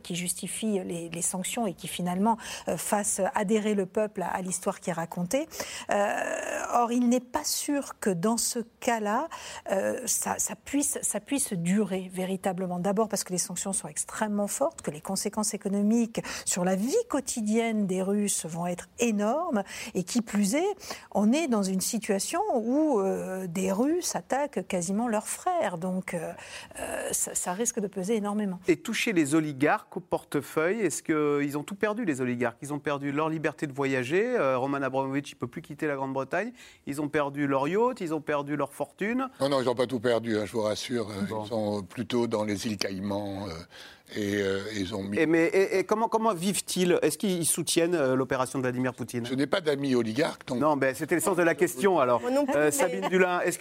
les sanctions et qui finalement fasse adhérer le peuple à l'histoire qui est racontée. Or, il n'est pas sûr que dans ce cas-là, ça puisse durer véritablement. D'abord parce que les sanctions sont extrêmement fortes, que les conséquences économiques sur la vie quotidienne des Russes vont être énormes, et qui plus est, on est dans une situation où des Russes attaquent quasiment leurs frères. Donc ça risque de peser énormément. Et toucher les oligarques au portefeuille, est-ce qu'ils ont tout perdu, les oligarques? Ils ont perdu leur liberté de voyager. Roman Abramovich, il ne peut plus quitter la Grande-Bretagne. Ils ont perdu leur yacht, ils ont perdu leur fortune. Non, ils n'ont pas tout perdu, je vous rassure. Bon. Ils sont plutôt dans les îles Caïmans. Et ils ont mis... Et comment vivent-ils? Est-ce qu'ils soutiennent l'opération de Vladimir Poutine? Je n'ai pas d'amis oligarques. Donc... Non, mais c'était le sens de la question, alors. Sabine Dulin, est-ce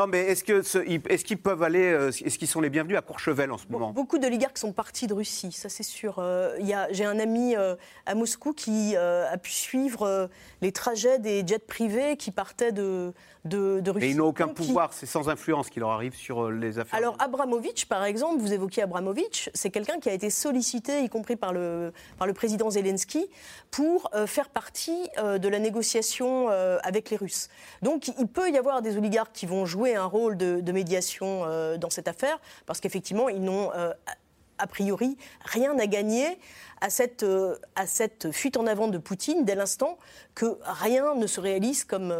qu'ils peuvent aller... Est-ce qu'ils sont les bienvenus à Courchevel en ce moment? Beaucoup d'oligarques sont partis de Russie, ça c'est sûr. J'ai un ami à Moscou qui a pu suivre les trajets des jets privés qui partaient de Russie. Mais ils n'ont aucun pouvoir, c'est sans influence qui leur arrive sur les affaires. Alors Abramovich, par exemple, vous évoquiez Abramovich, c'est quelqu'un qui a été sollicité, y compris par le président Zelensky, pour faire partie de la négociation avec les Russes. Donc il peut y avoir des oligarques qui vont jouer un rôle de médiation dans cette affaire, parce qu'effectivement, ils n'ont a priori rien à gagner à cette fuite en avant de Poutine dès l'instant que rien ne se réalise comme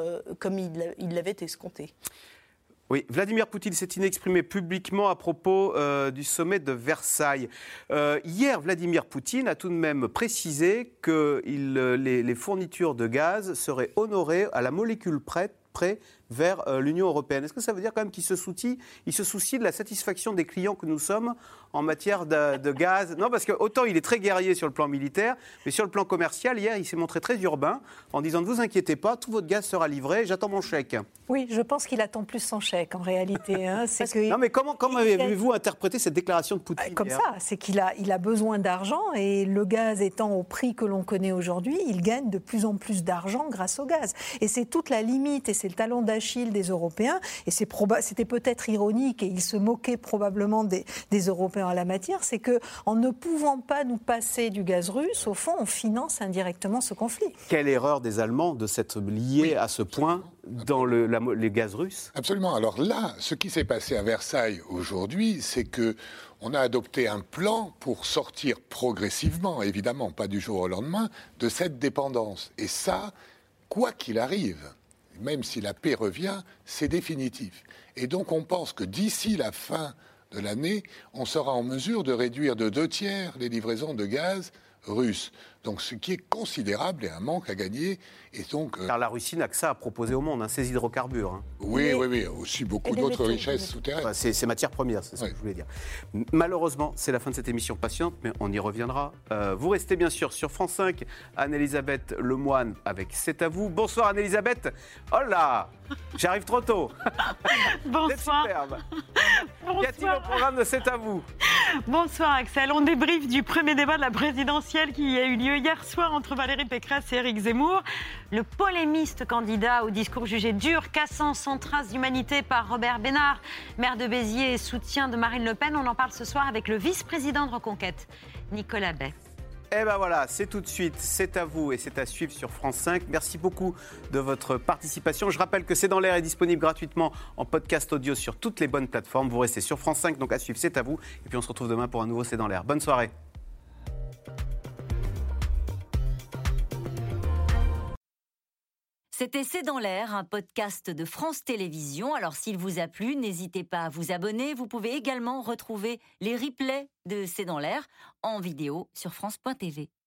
il l'avait escompté. Oui, Vladimir Poutine s'est exprimé publiquement à propos du sommet de Versailles. Hier, Vladimir Poutine a tout de même précisé que les fournitures de gaz seraient honorées à la molécule près vers l'Union européenne. Est-ce que ça veut dire quand même qu'il se soucie de la satisfaction des clients que nous sommes en matière de gaz? Non, parce que autant il est très guerrier sur le plan militaire, mais sur le plan commercial, hier, il s'est montré très urbain en disant « Ne vous inquiétez pas, tout votre gaz sera livré, j'attends mon chèque ». Oui, je pense qu'il attend plus son chèque, en réalité. Non, mais comment avez-vous interprété cette déclaration de Poutine? Comme ça, c'est qu'il a besoin d'argent, et le gaz étant au prix que l'on connaît aujourd'hui, il gagne de plus en plus d'argent grâce au gaz. Et c'est toute la limite, et c'est le talon d'Achille des Européens, et c'était peut-être ironique, et il se moquait probablement des Européens à la matière, c'est qu'en ne pouvant pas nous passer du gaz russe, au fond, on finance indirectement ce conflit. Quelle erreur des Allemands de s'être liés à ce point dans les gaz russes? Absolument. Alors là, ce qui s'est passé à Versailles aujourd'hui, c'est qu'on a adopté un plan pour sortir progressivement, évidemment, pas du jour au lendemain, de cette dépendance. Et ça, quoi qu'il arrive, même si la paix revient, c'est définitif. Et donc on pense que d'ici la fin de l'année, on sera en mesure de réduire de 2/3 les livraisons de gaz russes. Donc ce qui est considérable et un manque à gagner. Et donc, car la Russie n'a que ça à proposer au monde, ses hydrocarbures. Oui, aussi beaucoup d'autres richesses souterraines. Enfin, c'est matières premières, c'est ce que je voulais dire. Malheureusement, c'est la fin de cette émission passionnante, mais on y reviendra. Vous restez bien sûr sur France 5, Anne-Elisabeth Lemoine avec C'est à vous. Bonsoir Anne-Elisabeth. Oh là, j'arrive trop tôt. Bonsoir. Superbe. Qu'y a-t-il au programme de C'est à vous? Bonsoir Axel. On débriefe du premier débat de la présidentielle qui a eu lieu hier soir entre Valérie Pécresse et Éric Zemmour. Le polémiste candidat au discours jugé dur, cassant sans trace d'humanité par Robert Bénard, maire de Béziers et soutien de Marine Le Pen. On en parle ce soir avec le vice-président de Reconquête, Nicolas Bay. Eh ben voilà, c'est tout de suite, c'est à vous et c'est à suivre sur France 5. Merci beaucoup de votre participation. Je rappelle que C'est dans l'air est disponible gratuitement en podcast audio sur toutes les bonnes plateformes. Vous restez sur France 5, donc à suivre, c'est à vous. Et puis on se retrouve demain pour un nouveau C'est dans l'air. Bonne soirée. C'était C'est dans l'air, un podcast de France Télévisions. Alors s'il vous a plu, n'hésitez pas à vous abonner. Vous pouvez également retrouver les replays de C'est dans l'air en vidéo sur France.tv.